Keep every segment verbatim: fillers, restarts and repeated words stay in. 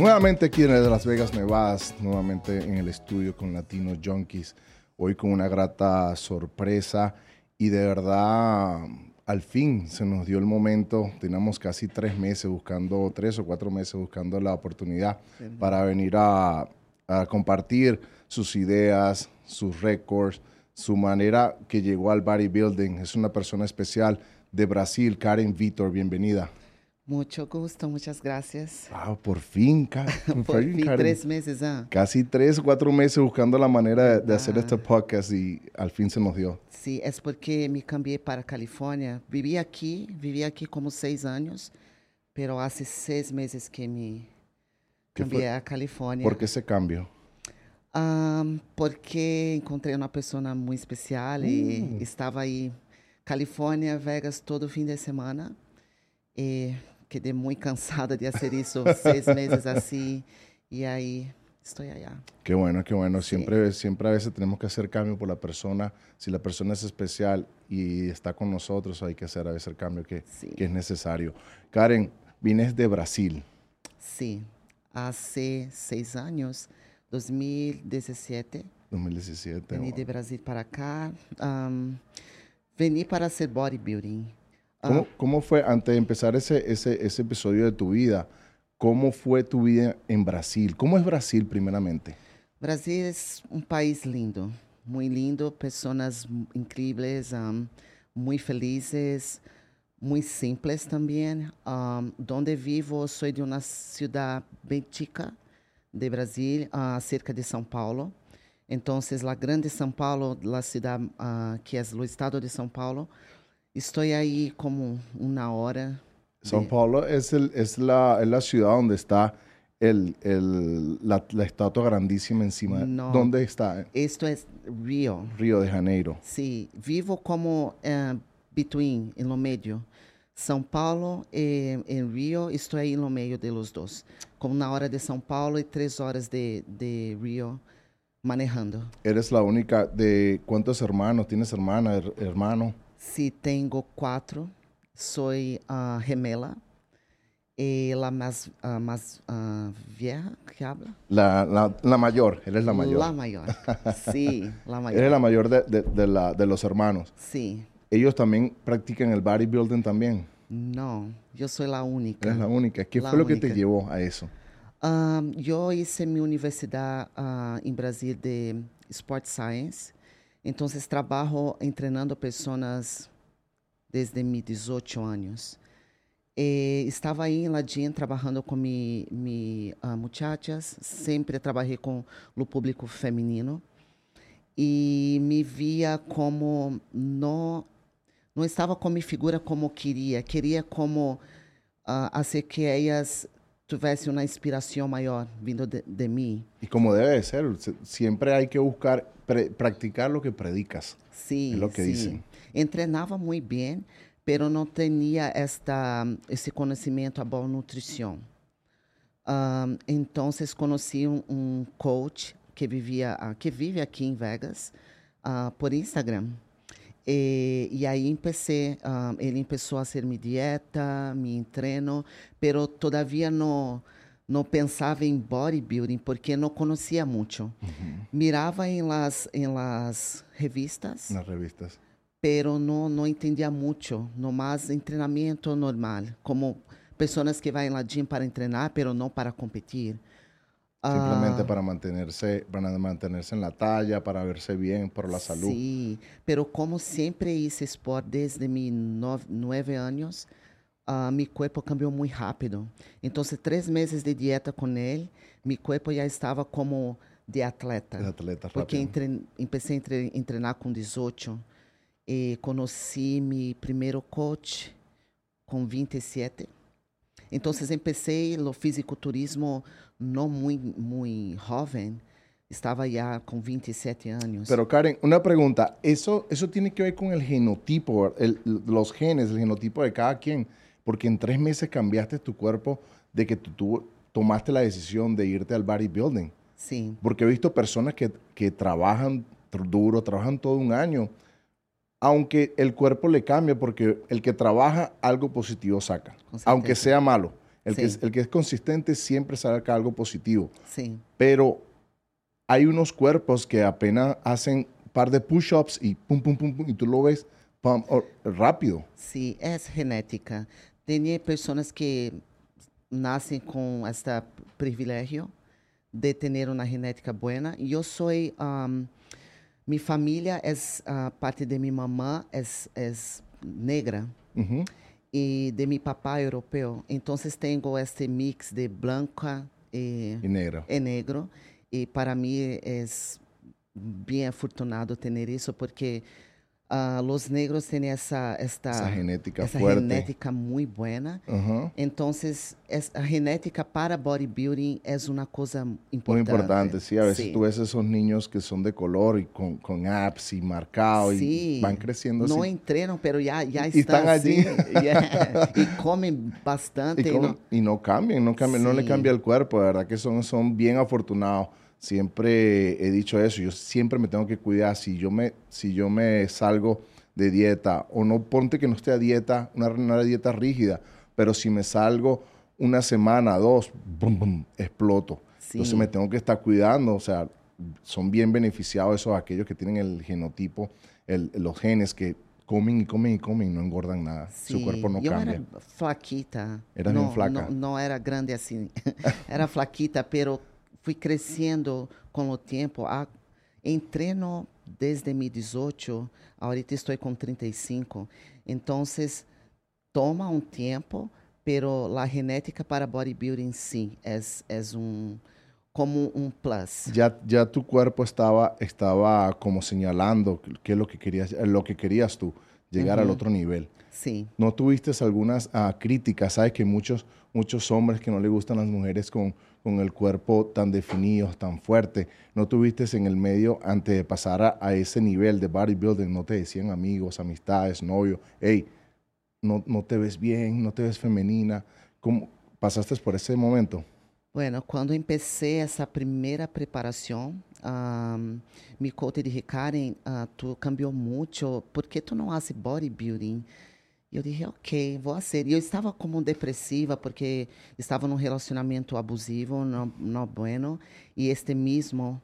Nuevamente aquí desde Las Vegas, Nevada, nuevamente en el estudio con Latino Junkies, hoy con una grata sorpresa y de verdad al fin se nos dio el momento. Teníamos casi tres meses buscando, tres o cuatro meses buscando la oportunidad uh-huh. para venir a, a compartir sus ideas, sus récords, su manera que llegó al bodybuilding. Es una persona especial de Brasil, Karen Vitor, bienvenida. Mucho gusto, muchas gracias. Ah, por fin, Karen. Por, por fin, Karen. tres meses. Ah. Casi tres, cuatro meses buscando la manera de, de hacer este podcast y al fin se nos dio. Sí, es porque me cambié para California. Viví aquí, viví aquí como seis años, pero hace seis meses que me cambié a California. ¿Por qué ese cambio? Um, porque encontrei uma pessoa muito especial uh. e estava aí, Califórnia, Vegas, todo fim de semana. E quedei muito cansada de fazer isso seis meses assim. Y ahí estoy allá. Qué bueno, qué bueno. Sí. Siempre, siempre a veces tenemos que hacer cambio por la persona. Si la persona es especial y está con nosotros, hay que hacer a veces el cambio que, sí. que es necesario. Karen, vienes de Brasil. Sí, hace seis años, dos mil diecisiete. dos mil diecisiete. Vení wow. de Brasil para acá. Um, vení para hacer bodybuilding. ¿Cómo, Uh, ¿Cómo fue, antes de empezar ese, ese, ese episodio de tu vida, cómo fue tu vida en Brasil? ¿Cómo es Brasil primeramente? Brasil es un país lindo, muy lindo, personas increíbles, um, muy felices, muy simples también. Um, donde vivo, soy de una ciudad bem chica de Brasil, uh, cerca de São Paulo. Entonces, la grande São Paulo, la ciudad uh, que es el estado de São Paulo, estoy ahí como una hora. São de... Paulo es, el, es, la, es la ciudad donde está el, el, la, la estatua grandísima encima. No, ¿Dónde está? Esto es Río. Río de Janeiro. Sí, vivo como uh, between, en lo medio. São Paulo e en Río, estoy ahí en lo medio de los dos. Como una hora de São Paulo y tres horas de, de Río manejando. ¿Eres la única de cuántos hermanos? ¿Tienes hermana, her, hermano? Sí, tengo cuatro. Soy uh, gemela. Y la más, uh, más uh, vieja que habla. La, la, la mayor, eres la mayor. La mayor, sí, la mayor. Eres la mayor de, de, de, la, de los hermanos. Sí. ¿Ellos también practican el bodybuilding también? No, yo soy la única. Eres la única. ¿Qué la fue única. lo que te llevó a eso? Um, yo hice mi universidad uh, en Brasil de Sport Science. Entonces trabajo entrenando personas desde mis dieciocho años. Eh, estava aí em Ladinha trabalhando com mi, mi uh, muchachas, sempre trabalhei com o público feminino e me via como não não estava com minha figura como queria, queria como uh, fazer que elas tivessem uma inspiração maior vindo de, de mim. E como deve ser, sempre há que buscar pre, praticar o que predicas. Sim, é o que sim. dizem. Entrenava muito bem, pero não tinha esta esse conhecimento a boa nutrição. Um, então, conheci um, um coach que vivia, uh, que vive aqui em Vegas uh, por Instagram. E, e aí empecé, uh, ele começou a fazer minha dieta, meu treino, pero todavia não não pensava em bodybuilding porque não conhecia muito. Uh-huh. Mirava em las em las revistas. Nas revistas. Pero não não entendia muito, nomás treinamento normal, como pessoas que vão lá gym para treinar, pero não para competir. Simplemente uh, para mantenerse, para mantenerse en la talla, para verse bien, por la salud. Sí, pero como siempre hice sport desde mis nove, nueve años, uh, mi cuerpo cambió muy rápido. Entonces, tres meses de dieta con él, mi cuerpo ya estaba como de atleta. De atleta, porque rápido. entre, empecé a entre, entrenar con dieciocho. E conheci meu primeiro coach com vinte e sete. Então, empecé o fisiculturismo não muito, muito jovem. Estava já com vinte e sete anos. Pero Karen, una pregunta. ¿Eso, eso tiene que ver con el genotipo, el, los genes, el genotipo de cada quien? Porque en tres meses cambiaste tu cuerpo de que tú, tú tomaste la decisión de irte al bodybuilding. Sí. Porque he visto personas que, que trabajan duro, trabajan todo un año, aunque el cuerpo le cambia, porque el que trabaja algo positivo saca, aunque sea malo. El, sí, que es, el que es consistente siempre saca algo positivo. sí. Pero hay unos cuerpos que apenas hacen un par de push-ups y pum, pum, pum, pum, y tú lo ves pum, oh, rápido. Sí, es genética. Tem pessoas que nascem com este privilégio de ter uma genética boa. E eu sou, um, minha família é uh, parte de minha mamã é, é negra Ujú. e de meu papá europeu. Então tenho este mix de branca e, Y negro. e negro. E para mim é bem afortunado ter isso porque Uh, los negros têm essa esta Esa genética essa fuerte. genética muito boa. Ujú. Então, a genética para bodybuilding é uma coisa importante. Muy importante, sí. A veces Sí. tú ves esos niños que son de color y con, con abs y marcado Sí. y van creciendo Não así. entrenam, pero já, já Y estão están allí. assim. Yeah. E comem bastante. Y, como- ¿no? y no cambian, no cambian, no le Sí. cambia el cuerpo, de verdad que son, son bien afortunados. Siempre he dicho eso, yo siempre me tengo que cuidar. Si yo me, si yo me salgo de dieta, o no, ponte que no esté a dieta, una, una dieta rígida, pero si me salgo una semana, dos, bum, bum, exploto. Sí. Entonces me tengo que estar cuidando, o sea, son bien beneficiados esos aquellos que tienen el genotipo, el, los genes que comen y comen y comen y no engordan nada. Su Sim, cuerpo no eu cambia. era flaquita. Eras não, bien flaca. Não, não era grande assim. Era flaquita, pero fui crescendo com o tempo. Ah, entreno desde meus dezoito, ahorita estou com trinta e cinco. Então, toma um tempo, pero la genética para bodybuilding sim, é, é um como um plus. Ya, ya tu cuerpo estaba, estaba como señalando qué es lo que querías, eh, lo que querías tú, llegar al Ujú. otro nivel. Sim. ¿No tuviste algunas ah, críticas? Sabes que muchos, muchos hombres que no les gustan las mujeres con, con el cuerpo tan definido, tan fuerte, ¿no tuviste en el medio, antes de pasar a, a ese nivel de bodybuilding, no te decían amigos, amistades, novios, hey, no, no te ves bien, no te ves femenina? ¿Cómo pasaste por ese momento? Bueno, quando empecé essa primeira preparação, um, meu coach disse, Karen, uh, tu cambiou muito, por que tu não faz bodybuilding? E eu disse, ok, vou fazer. E eu estava como depressiva, porque estava num relacionamento abusivo, não, não bueno, e este mesmo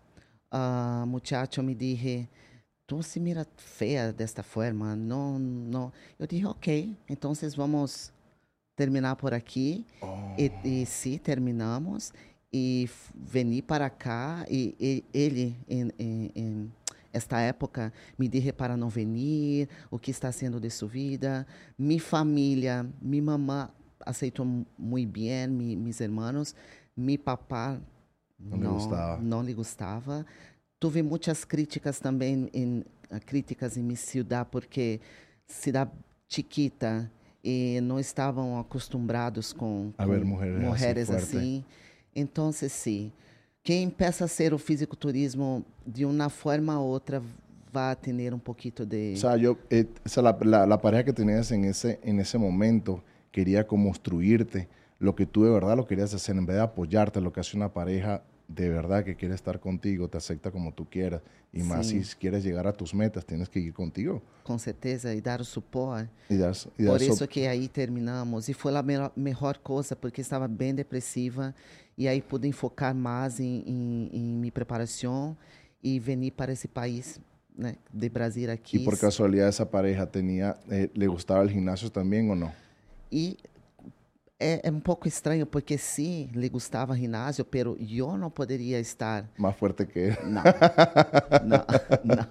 uh, muchacho me disse, tu se mira feia desta forma, não, não. Eu disse, ok, então vamos terminar por aqui. Oh. E, e sim, terminamos. E f- veni para cá. E, e ele, em, em, em esta época, me disse para não vir, o que está sendo de sua vida. Minha família, minha mamã aceitou mu- muito bem, mi, mis hermanos. Meu papá Não lhe gostava. não lhe gostava. Tive muitas críticas também, em, ah, críticas em minha cidade, porque cidade chiquita e não estavam acostumados com, A com ver mujeres así mulheres fuerte. assim. Então, sim, quem empieza a ser o fisiculturismo de uma forma ou outra vai ter um pouquinho de... O sea, yo, eh, o sea, la, la- la pareja que tenías en ese, en ese momento quería como construirte lo que tú de verdad lo querías hacer, en vez de apoyarte, lo que hace una pareja de verdad que quiere estar contigo, te acepta como tú quieras, y más Sí. si quieres llegar a tus metas, tienes que ir contigo. Com certeza, e dar o suporte. Y das, y das Por so- isso que aí terminamos. E foi a melhor, melhor coisa, porque estava bem depressiva. E aí pude enfocar mais em, em, em minha preparação e vir para esse país, né, de Brasil y aqui. por casualidad esa pareja tenía, eh, ¿le gustaba el gimnasio también o no? E é, é um pouco estranho, porque sim, lhe gostava ginásio, pero eu não poderia estar. Más fuerte que él. Não, não, não.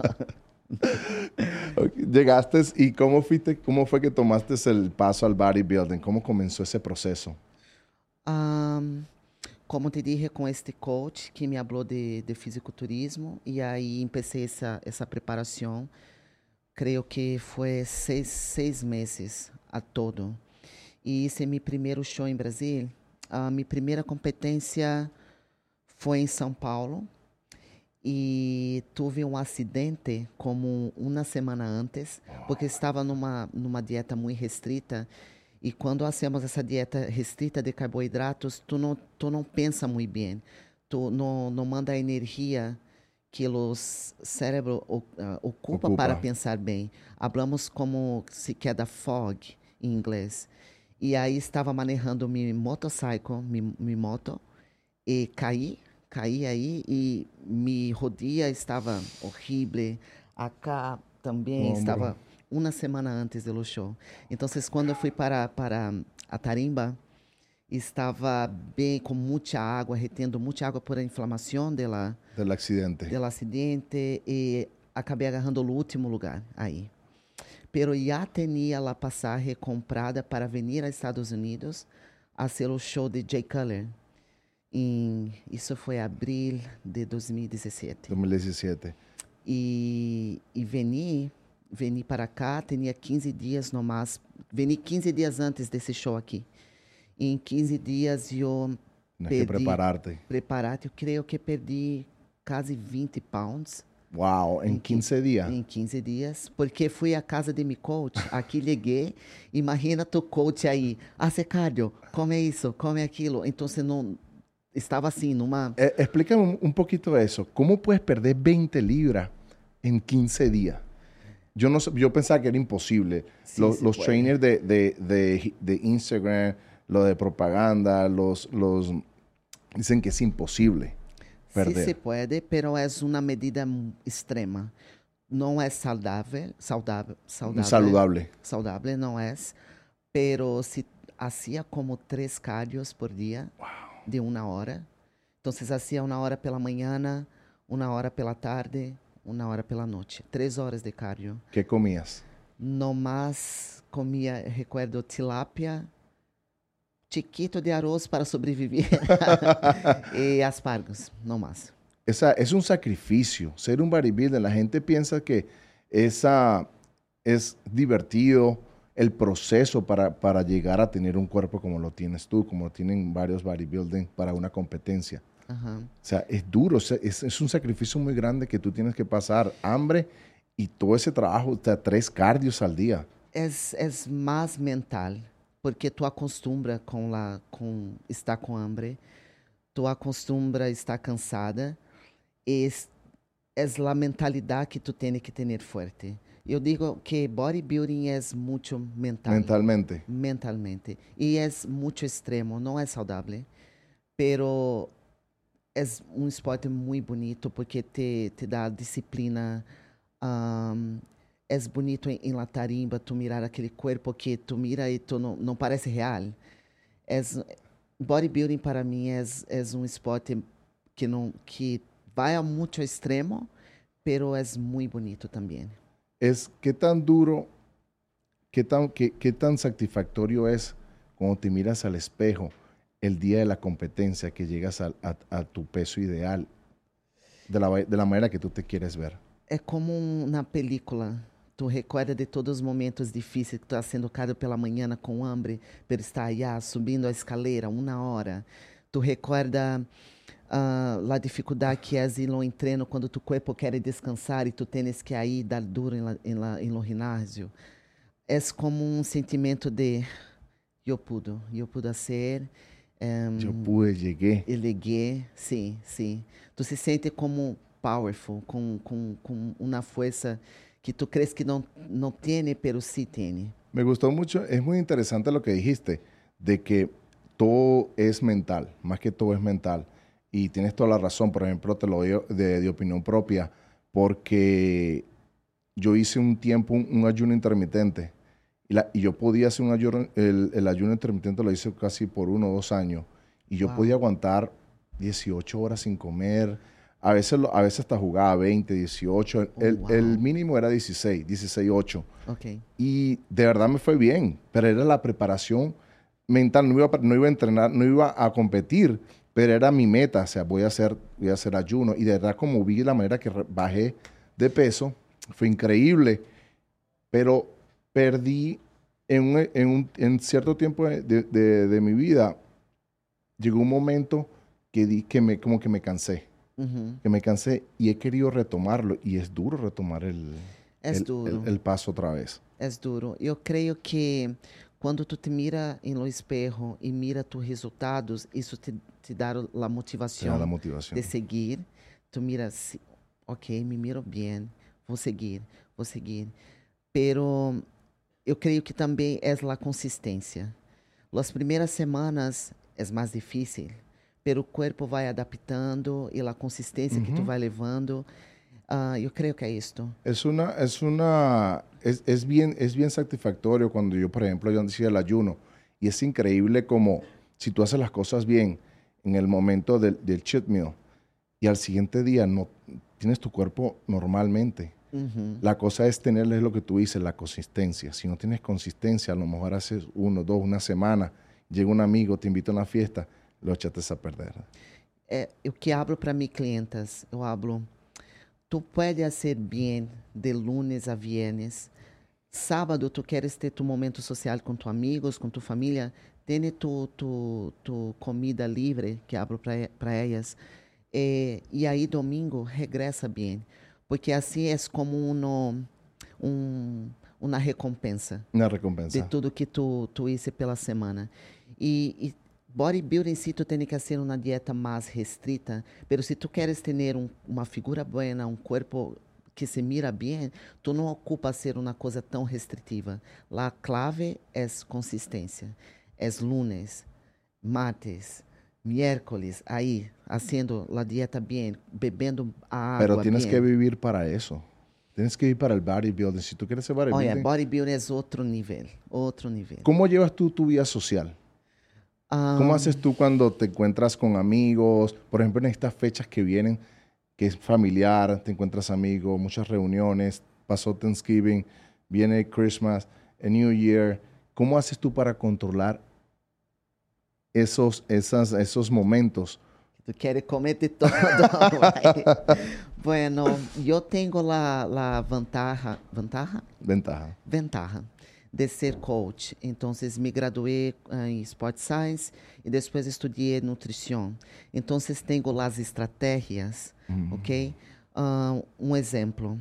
Ok, llegaste y ¿cómo, fuiste, ¿cómo fue que tomaste el paso al bodybuilding? ¿Cómo comenzó ese proceso? Ahn, como te dije, com este coach que me falou de, de fisiculturismo, e aí comecei essa, essa preparação. Creio que foi seis, seis meses a todo. E esse é meu primeiro show em Brasil. A minha primeira competência foi em São Paulo. E tive um acidente como uma semana antes, porque estava numa, numa dieta muito restrita. E quando hacemos essa dieta restrita de carboidratos, tu não, tu não pensa muito bem. Tu não, não manda a energia que o cérebro o- ah, ocupa, Ocupa. para pensar bem. Hablamos como se queda fog em inglês. E aí estava manejando mi motorcycle, mi, mi moto, e caí, caí aí e mi rodilla estava horrível. Acá também Hombro. estava uma semana antes do show. Então, quando eu fui para, para a tarimba, estava bem, com muita água, retendo muita água por a inflamação dela, Del accidente. del acidente e acabei agarrando o último lugar aí. Pero já tinha a passagem comprada para vir a Estados Unidos a ser o show de Jay Cutler. Em, isso foi abril de dois mil e dezessete. dois mil diecisiete. E, e veni, veni para cá, tinha quinze dias nomás. Veni quinze dias antes desse show aqui. Em quinze dias eu Tienes perdi... que prepararte. Prepararte, eu creio que perdi quase vinte pounds. Wow, en quince días. Em quinze dias, porque fui à casa de meu coach, aqui liguei, imagina tu coach aí, hace cardio, come isso, come aquilo. Então, não, estava assim, numa... Eh, explícame un, un poquito eso. ¿Cómo puedes perder veinte libras en quince días? Yo, no, sé- yo pensaba que era imposible. Sí, los se los puede. trainers de, de, de, de Instagram, los de propaganda, los, los dicen que es imposible perder. Sí se puede, pero é uma medida extrema. Não é saudável, saudável, saudável. Saludable. Saudável não é, pero se hacía como três cardios por dia, Wow. de uma hora. Então, hacía uma hora pela manhã, uma hora pela tarde, uma hora pela noite. Três horas de cardio. ¿Qué comías? No más comia, recuerdo, tilápia, chiquito de arroz para sobreviver e aspargos, no más. Esa, es un sacrificio. Ser un bodybuilder, la gente piensa que esa es divertido el proceso para, para llegar a tener un cuerpo como lo tienes tú, como lo tienen varios bodybuilding para una competencia. Ajá. O sea, es duro, o sea, es, es un sacrificio muy grande que tú tienes que pasar hambre y todo ese trabajo, o sea, tres cardios al día. Es, es más mental, porque tu acostumbra com, la, com estar com hambre, tu acostumbra estar cansada, e es, es la mentalidade que tu tienes que ter forte. Eu digo que bodybuilding é muito mental. Mentalmente. Mentalmente. E é muito extremo, não é saudável, pero é um esporte muito bonito porque te, te dá disciplina. Um, é bonito em, em la tarimba tu mirar aquele corpo que tu mira e tu não, não parece real. É, bodybuilding para mim é, é um esporte que não que vai a muito extremo, pero é muito bonito também. Es qué tan duro, qué tan, qué, qué tan satisfactorio es cuando te miras al espejo el día de la competencia, que llegas a, a, a tu peso ideal, de la, de la manera que tú te quieres ver. É como uma película. Tu recorda de todos os momentos difíceis que tu está sendo caro pela manhã com hambre, por estar allá subindo a escalera uma hora. Tu recorda uh, a dificuldade que é ir no treino quando tu corpo quer descansar e tu tens que aí dar duro em, la, em, la, em lo ginásio. É como um sentimento de eu pude, eu pude ser. Um, eu pude, cheguei. Elegué, sim, sim. Tu se sente como powerful, com, com, com uma força que tú crees que no, no tiene, pero sí tiene. Me gustó mucho, es muy interesante lo que dijiste, de que todo es mental, más que todo es mental. Y tienes toda la razón, por ejemplo, te lo digo de, de opinión propia, porque yo hice un tiempo un, un ayuno intermitente y, la, y yo podía hacer un ayuno, el, el ayuno intermitente lo hice casi por uno o dos años y yo wow. podía aguantar dieciocho horas sin comer. A veces, a veces hasta jugaba veinte, dieciocho. Oh, el, wow. el mínimo era dieciséis, dieciséis, ocho. Okay. Y de verdad me fue bien, pero era la preparación mental. No iba, no iba a entrenar, no iba a competir, pero era mi meta. O sea, voy a hacer, voy a hacer ayuno. Y de verdad, como vi la manera que bajé de peso, fue increíble. Pero perdí en, un, en, un, en cierto tiempo de, de, de mi vida, llegó un momento que, di, que me, como que me cansé. Uhum. Que me cansé y he querido retomarlo y es duro retomar el, es el, duro. el, el paso otra vez. Es duro. Eu creio que quando tu te mira em lo espejo e mira tus resultados, isso te, te dá a motivação, la motivación de seguir. Tu miras, ok, me miro bem, vou seguir, vou seguir. Pero eu creio que também é a consistência. Las primeras semanas es más difícil, pero o corpo vai adaptando e a consistência que tu vai levando, uh, eu creio que é isto. Es una, es una, es, es bien, es bien satisfactorio cuando yo, por ejemplo, yo hacía el ayuno y es increíble como si tú haces las cosas bien en el momento del, del cheat meal y al siguiente día no tienes tu cuerpo normalmente. Uhum. La cosa es tenerle lo que tú dices, la consistencia. Si no tienes consistencia, a lo mejor haces uno, dos, una semana, llega un amigo, te invita a una fiesta, lo echaste a perder. É, o que hablo para mis clientas, eu hablo, tu puedes hacer bien de lunes a viernes. Sábado tu queres ter tu momento social com tu amigos, com tu família, tem tu, tu, tu comida livre, que hablo para elas. Eh, e aí domingo regressa bem, porque assim é como uno, um, uma recompensa. Una recompensa. De tudo que tu, tu hice pela semana. E, e bodybuilding si tu tem que fazer uma dieta mais restrita, pero se tu queres ter um, uma figura buena, um corpo que se mira bem, tu não ocupa ser uma coisa tão restritiva. La clave é consistência. É lunes, martes, miércoles, aí, haciendo la dieta bem, bebendo a água. Pero tienes bien. que vivir para eso. Tienes que ir para el bodybuilding. Si tú quieres ser bodybuilding. Olha, bodybuilding é outro nível, outro nível. ¿Cómo llevas tú tu vida social? Um, ¿Cómo haces tú cuando te encuentras con amigos? Por ejemplo, en estas fechas que vienen, que es familiar, te encuentras amigos, muchas reuniones, pasó Thanksgiving, viene Christmas, a New Year. ¿Cómo haces tú para controlar esos, esas, esos momentos? Tu queres comer de todo. Bueno, eu tenho a, a vantaja, vantaja? Ventaja. Ventaja de ser coach. Então, me graduei uh, em Sport Science e depois estudei nutrição. Então, tenho as estratégias, Uhum. ok? Uh, um exemplo.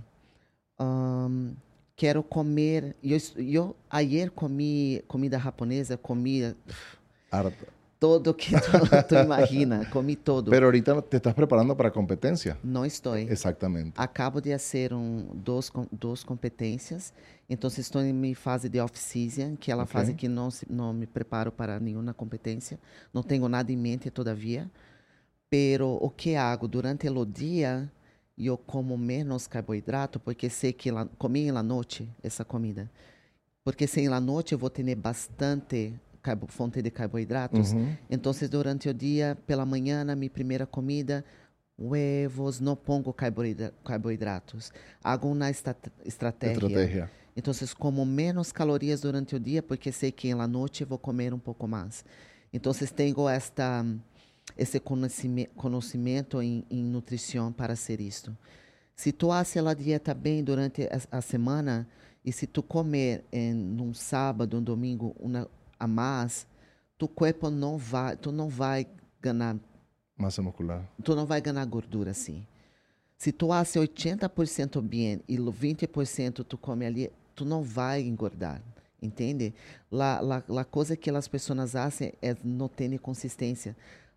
Um, quero comer... Eu, eu ayer comi comida japonesa, comi... Harta. Todo que tu, tu imagina, comi todo. Pero ahorita te estás preparando para competencia. Não estou. Exactamente. Acabo de fazer um, duas, duas competências, então estou em minha fase de off-season, que é a Okay. fase que não, se, não me preparo para nenhuma competência. Não tenho nada em mente todavia. Pero o que hago durante o dia, eu como menos carboidrato, porque sei que la, comi na noite essa comida. Porque se na noite eu vou ter bastante carbo, fonte de carboidratos. Uhum. Então, durante o dia, pela manhã, na minha primeira comida, huevos, não pongo carboidra carboidratos. Hago uma estra estratégia. Estratégia. Então, como menos calorias durante o dia, porque sei que na noite vou comer um pouco mais. Então, tenho esta, esse conhecimento, conhecimento em, em nutrição para ser isto. Se tu faz a dieta bem durante a, a semana, e se tu comer em um sábado, um domingo, uma a mais, tu corpo não vai, tu não vai ganhar massa muscular. Tu não vai ganhar gordura assim. Se tu hace oitenta por cento bem e vinte por cento tu come ali, tu não vai engordar, entende? La, la, la coisa que as pessoas fazem é não ter consistência.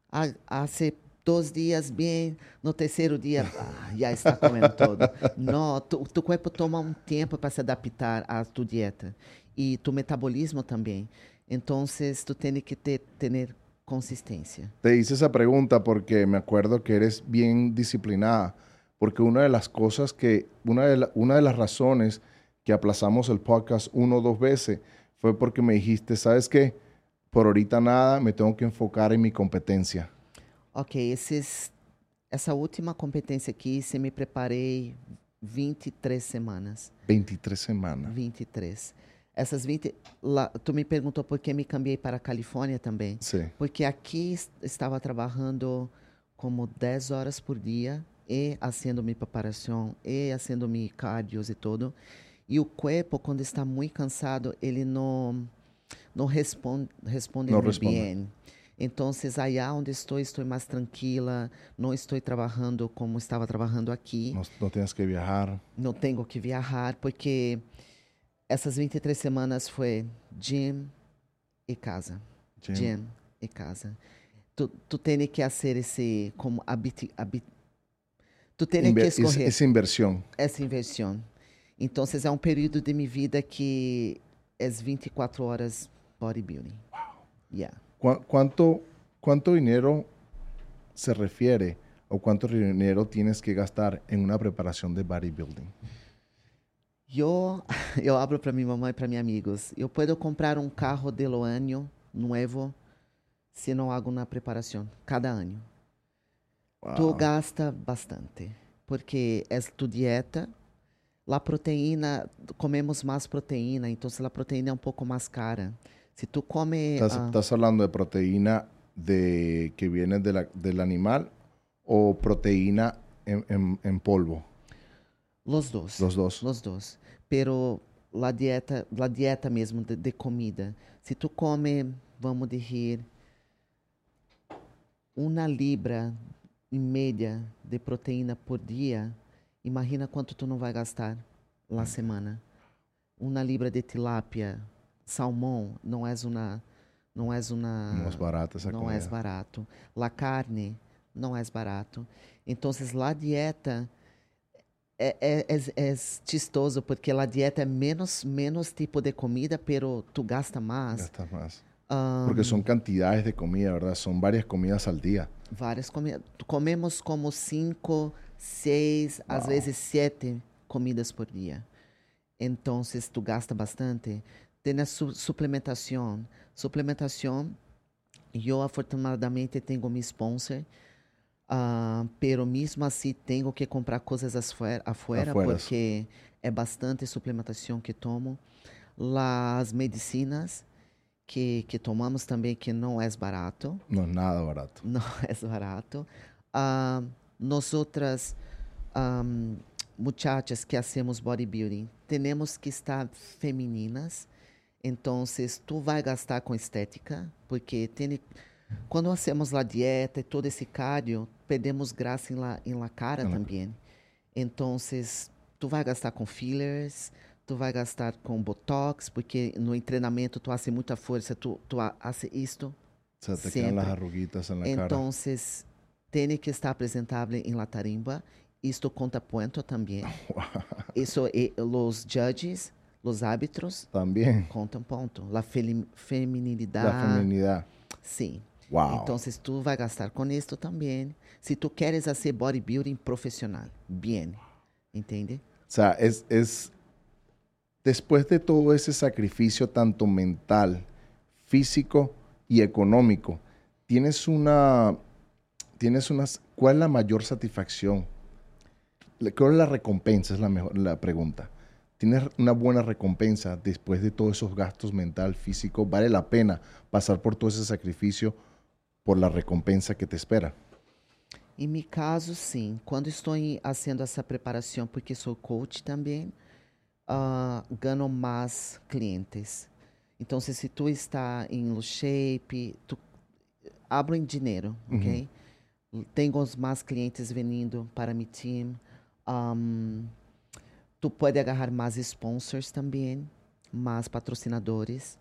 Hace dois dias bem, no terceiro dia ah, já está comendo todo. Não, tu, tu corpo toma um tempo para se adaptar à tua dieta e tu metabolismo também. Então, tu tem que ter, ter consistência. Te hice esa pregunta porque me acuerdo que eres bien disciplinada, porque una de las cosas que, una de, la, una de las razones que aplazamos el podcast uno o dos veces fue porque me dijiste, ¿sabes qué? Por ahorita nada, me tengo que enfocar en mi competencia. Ok, esses, essa última competência aqui, se me preparei vinte e três semanas. vinte y tres semanas. vinte e três. Essas vinte... Lá, tu me perguntou por que me cambiei para a Califórnia também. Sí. Porque aqui estava trabalhando como dez horas por dia e fazendo minha preparação e fazendo minha cardios e tudo. E o corpo, quando está muito cansado, ele não, não responde, responde não muito responde. bem. Então, allá onde estou, estou mais tranquila, não estou trabalhando como estava trabalhando aqui. Não, não tens que viajar. Não tenho que viajar, porque essas vinte e três semanas foi gym e casa. Gym. Gym e casa. Tu, tu tens que fazer esse, como habit, habit, tu tens Inver, que escorrer essa inversão. essa inversão. Então, é um período de minha vida que é vinte e quatro horas bodybuilding. Wow. Yeah. ¿Cu- ¿Cuánto, cuánto dinero se refiere o cuánto dinero tienes que gastar en una preparación de bodybuilding? Eu, eu abro para minha mamãe e para meus amigos. Eu posso comprar um carro del ano novo se não hago na preparação, cada ano. Tu Wow. gasta bastante, porque é tu dieta. La proteína, comemos mais proteína, então a proteína é um pouco mais cara. Se tu come ¿Estás, ah, estás hablando de proteína de, que viene de la- del animal o proteína en, en- en polvo? los dos, Los dos. los dos. Pero la dieta, la dieta mesmo de, de comida, se tu come, vamos dizer, uma libra e meia de proteína por dia, imagina quanto tu não vai gastar na semana. Uma libra de tilápia, salmão, não é uma, não é uma, No es barata esa não é comida. barato. La carne não é barato. Então, la dieta é, é, é, é chistoso porque a dieta é menos menos tipo de comida, pero tu gasta mais. Gastas más. Um, Porque son cantidades de comida, ¿verdad? Son varias comidas al día. Várias comidas. Comemos como cinco, seis, Wow. às vezes sete comidas por dia. Então, tu gasta bastante. Tem a su suplementação. Suplementação, eu afortunadamente tenho meu sponsor, uh, pero mesmo assim tenho que comprar coisas afuera, afuera Afueras. porque é bastante suplementação que tomo. As medicinas que, que tomamos também, que não é barato. No es nada barato. Não é barato. Uh, nós outras um, muchachas que hacemos bodybuilding, temos que estar femininas. Então, tu vai gastar com estética, porque tem, quando hacemos a dieta e todo esse cardio, perdemos graça em la, em la cara Uhum. também. Então, tu vai gastar com fillers, tu vai gastar com botox, porque no treinamento tu hace muita força, tu, tu hace isto. O sea, te Siempre. quedan las arruguitas en la cara. Entonces, tiene que estar apresentable en la tarimba. Esto conta punto también. Eso, eh, los judges, los árbitros, También. contam ponto. La fel- feminilidad. La feminidad. Sim. Wow. Entonces, tu vai gastar com esto também. Se tu queres hacer bodybuilding profissional, bien. ¿Entende? O sea, es, es después de todo ese sacrificio tanto mental, físico y económico, tienes una, tienes unas, ¿cuál es la mayor satisfacción? ¿Cuál es la recompensa? Es la mejor, la pregunta. ¿Tienes una buena recompensa después de todos esos gastos mental, físico? ¿Vale la pena pasar por todo ese sacrificio por la recompensa que te espera? Em meu caso, sim. Quando estou em, fazendo essa preparação, porque sou coach também, uh, ganho mais clientes. Então, se, se tu está em shape, tu abro em dinheiro, ok? Tenho os mais clientes vindo para meu time. Um, tu pode agarrar mais sponsors também, mais patrocinadores.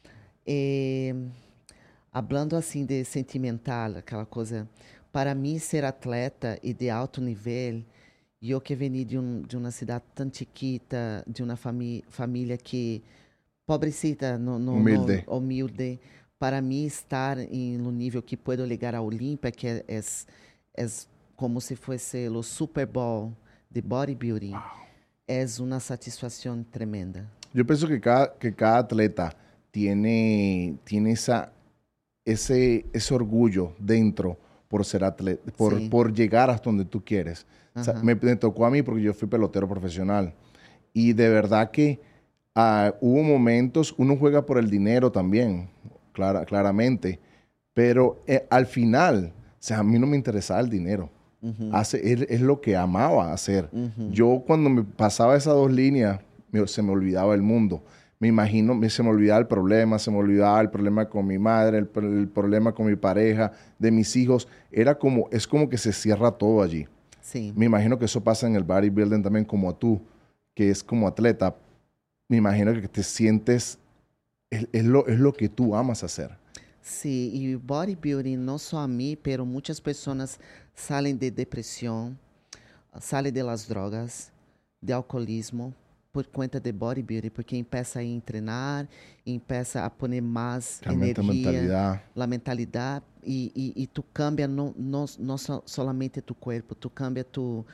E, hablando assim de sentimental, aquela coisa, para mim ser atleta e de alto nível, eu que veni de, um, de uma cidade tão chiquita, de uma famí família que pobrecita, no, no, humilde. No, humilde, para mim estar em um nível que puedo ligar a Olímpia, que é, é, é como se fosse o Super Bowl de bodybuilding, wow. É uma satisfação tremenda. Yo pienso que cada, que cada atleta tiene, tiene esa, ese, ese orgullo dentro por ser atleta, por, sí. por llegar hasta donde tú quieres. O sea, me, me tocó a mí porque yo fui pelotero profesional. Y de verdad que uh, hubo momentos, uno juega por el dinero también, clara, claramente, pero eh, al final, o sea, a mí no me interesaba el dinero. Uh-huh. Hace, es, es lo que amaba hacer. Uh-huh. Yo cuando me pasaba esas dos líneas, me, se me olvidaba el mundo. Me imagino, me, se me olvidaba el problema, se me olvidaba el problema con mi madre, el, el problema con mi pareja, de mis hijos. Era como, es como que se cierra todo allí. Sí. Me imagino que eso pasa en el bodybuilding también, como a tú, que es como atleta. Me imagino que te sientes, es, es, lo, es lo que tú amas hacer. Sí, y bodybuilding no só a mí, pero muchas personas salen de depresión, salen de las drogas, de alcoholismo, por cuenta de bodybuilding, porque empieza a entrenar, empieza a poner más Cambia tu energía, mentalidad. la mentalidad, y, y, y tú cambias no, no, no so- solamente tu cuerpo, tú cambias tu,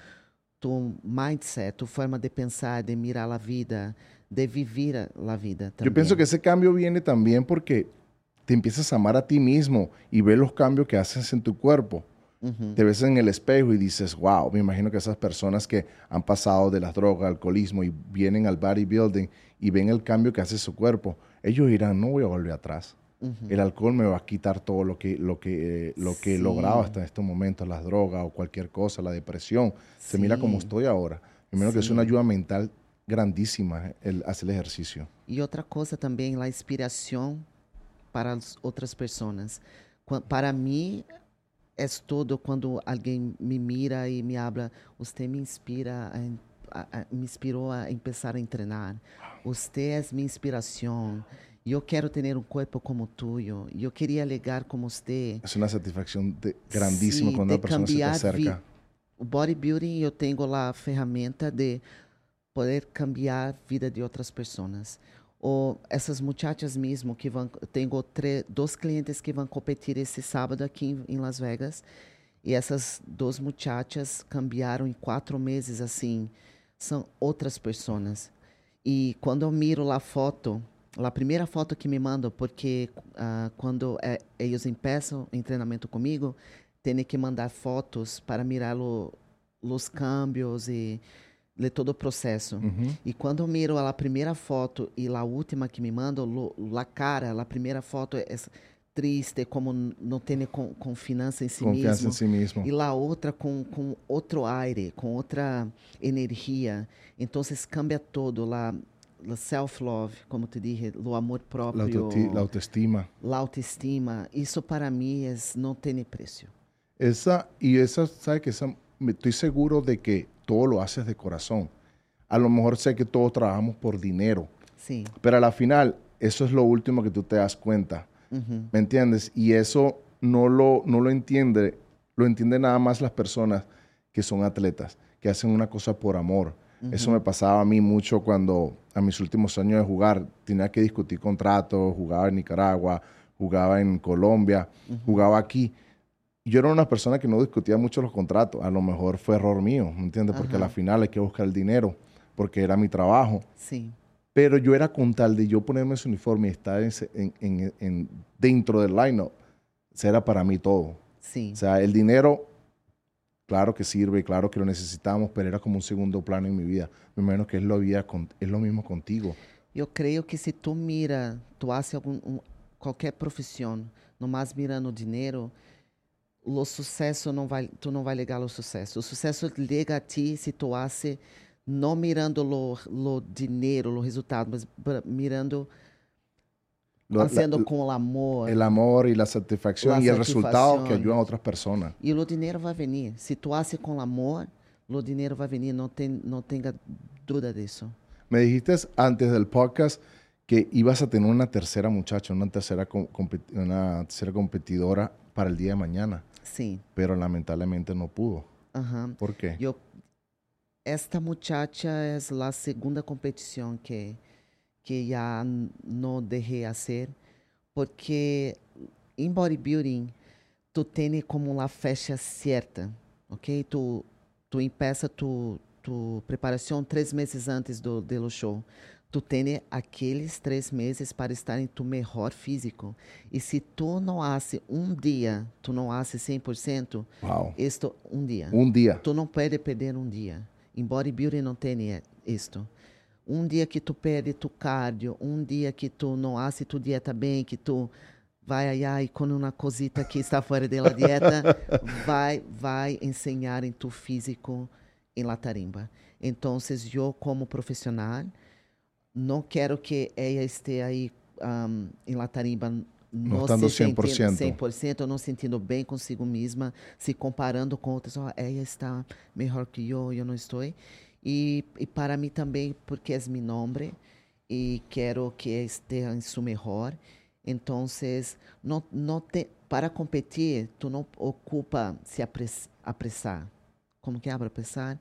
tu mindset, tu forma de pensar, de mirar a vida, de vivir a- la vida Yo pienso que también. ese cambio viene también porque te empiezas a amar a ti mismo y ves los cambios que haces en tu cuerpo. Uhum. Te ves en el espejo y dices, wow, me imagino que esas personas que han pasado de las drogas, alcoholismo y vienen al bodybuilding y ven el cambio que hace su cuerpo, ellos dirán, no voy a volver atrás. Uhum. El alcohol me va a quitar todo lo que, lo que, eh, lo que he logrado Sim. hasta estos momentos, las drogas o cualquier cosa, la depresión. Se mira como Sim. estoy ahora. Me imagino que es una Sim. ayuda mental grandísima el hacer el ejercicio. E outra coisa também, a inspiração para as outras pessoas. Qua- Para mim, é tudo quando alguém me mira e me habla, você me inspira, a, a, a, me inspirou a começar a treinar. Você é minha inspiração. E eu quero ter um corpo como tuyo. E eu queria legar como você. Es una satisfacción de- grandísima Sí, cuando de una persona se te cambiar vi- acerca. o bodybuilding, eu tenho a ferramenta de poder cambiar a vida de outras pessoas. Ou essas muchachas mesmo que vão, tenho tre- dois clientes que vão competir esse sábado aqui em, em Las Vegas, e essas duas muchachas cambiaram em quatro meses, assim, são outras pessoas. E quando eu miro a foto, a primeira foto que me mandam, porque ah, quando eh, eles começam em treinamento comigo, tem que mandar fotos para mirar lo, os cambios e ler todo o processo. Ujú. E quando eu miro a primeira foto e a última que me mandam, lo- a cara, a primeira foto é triste, como n- não tem con- confiança em si Confianza mesmo. en sí mismo. E a outra com, com outro aire, com outra energia. Então, cambia todo. La, la self-love, como te dije, o amor La, próprio, autoesti- la autoestima. a autoestima. Isso para mim é, não tem preço. Esa, y esa, ¿sabes que esa, me estoy seguro de que todo lo haces de corazón. A lo mejor sé que todos trabajamos por dinero, Sim. pero a la final, eso es lo último que tú te das cuenta. Uhum. ¿Me entiendes? Y eso no lo, no lo entiende, lo entienden nada más las personas que son atletas, que hacen una cosa por amor. Eso me pasaba a mí mucho cuando a mis últimos años de jugar tenía que discutir contratos, jugaba en Nicaragua, jugaba en Colombia, jugaba aquí. Y yo era una persona que no discutía mucho los contratos. A lo mejor fue error mío, ¿me entiendes? Porque a la Ajá. final hay que buscar el dinero, porque era mi trabajo. Sim. Pero yo era con tal de yo ponerme ese uniforme y estar en, ese- en- en- en- dentro del line-up, eso era para mí todo. Sim. O sea, el dinero, claro que sirve, claro que lo necesitamos, pero era como un segundo plano en mi vida. Me imagino que es lo, vida con- es lo mismo contigo. Eu creio que se tu mira, tu hace algum, um, qualquer profissão, nomás mirando o dinheiro, o sucesso não vai, tu não vai ligar o sucesso. O sucesso liga a ti se tu hace não mirando lo, lo dinheiro, o resultado, mas bra- mirando, Lo- la- fazendo com o amor. el amor y la satisfacción La y el resultado que satisfacción. ayudan a otras personas. E o dinheiro vai vir. Se tu hace com amor, o dinheiro vai vir. Não, tem, não tenha dúvida disso. Me dijiste antes del podcast que ibas a tener una tercera muchacha, una tercera, com- competi- una tercera competidora para el día de mañana, Sim. pero lamentablemente no pudo. Aham. ¿Por qué? Eu, esta muchacha é a segunda competição que que já n- não deixei fazer, porque em bodybuilding tu tem como a fecha certa, ok? Tu tu empeça tu tu preparação três meses antes do do show. Tu tem aqueles três meses para estar em tu melhor físico. E se tu não hace um dia, tu não hace cem por cento, Wow. isto um dia. Un día. Tu não pode perder um dia. Em bodybuilding não tem eh, isto. Um dia que tu perde tu cardio, um dia que tu não hace tu dieta bem, que tu vai aí com uma cosita que está fora da dieta, vai vai ensinar em tu físico em la tarimba. Então, eu como profissional, não quero que ela esteja aí um, em la tarimba Não não estando se cem por sentindo ciento. cem por cento, não sentindo bem consigo mesma, se comparando com outras, oh, ela está melhor que eu, eu não estou. E, e para mim também, porque é meu nome e quero que esteja em seu melhor. Então, não, não te, para competir, tu não ocupa se apress, apressar. Como que é apressar?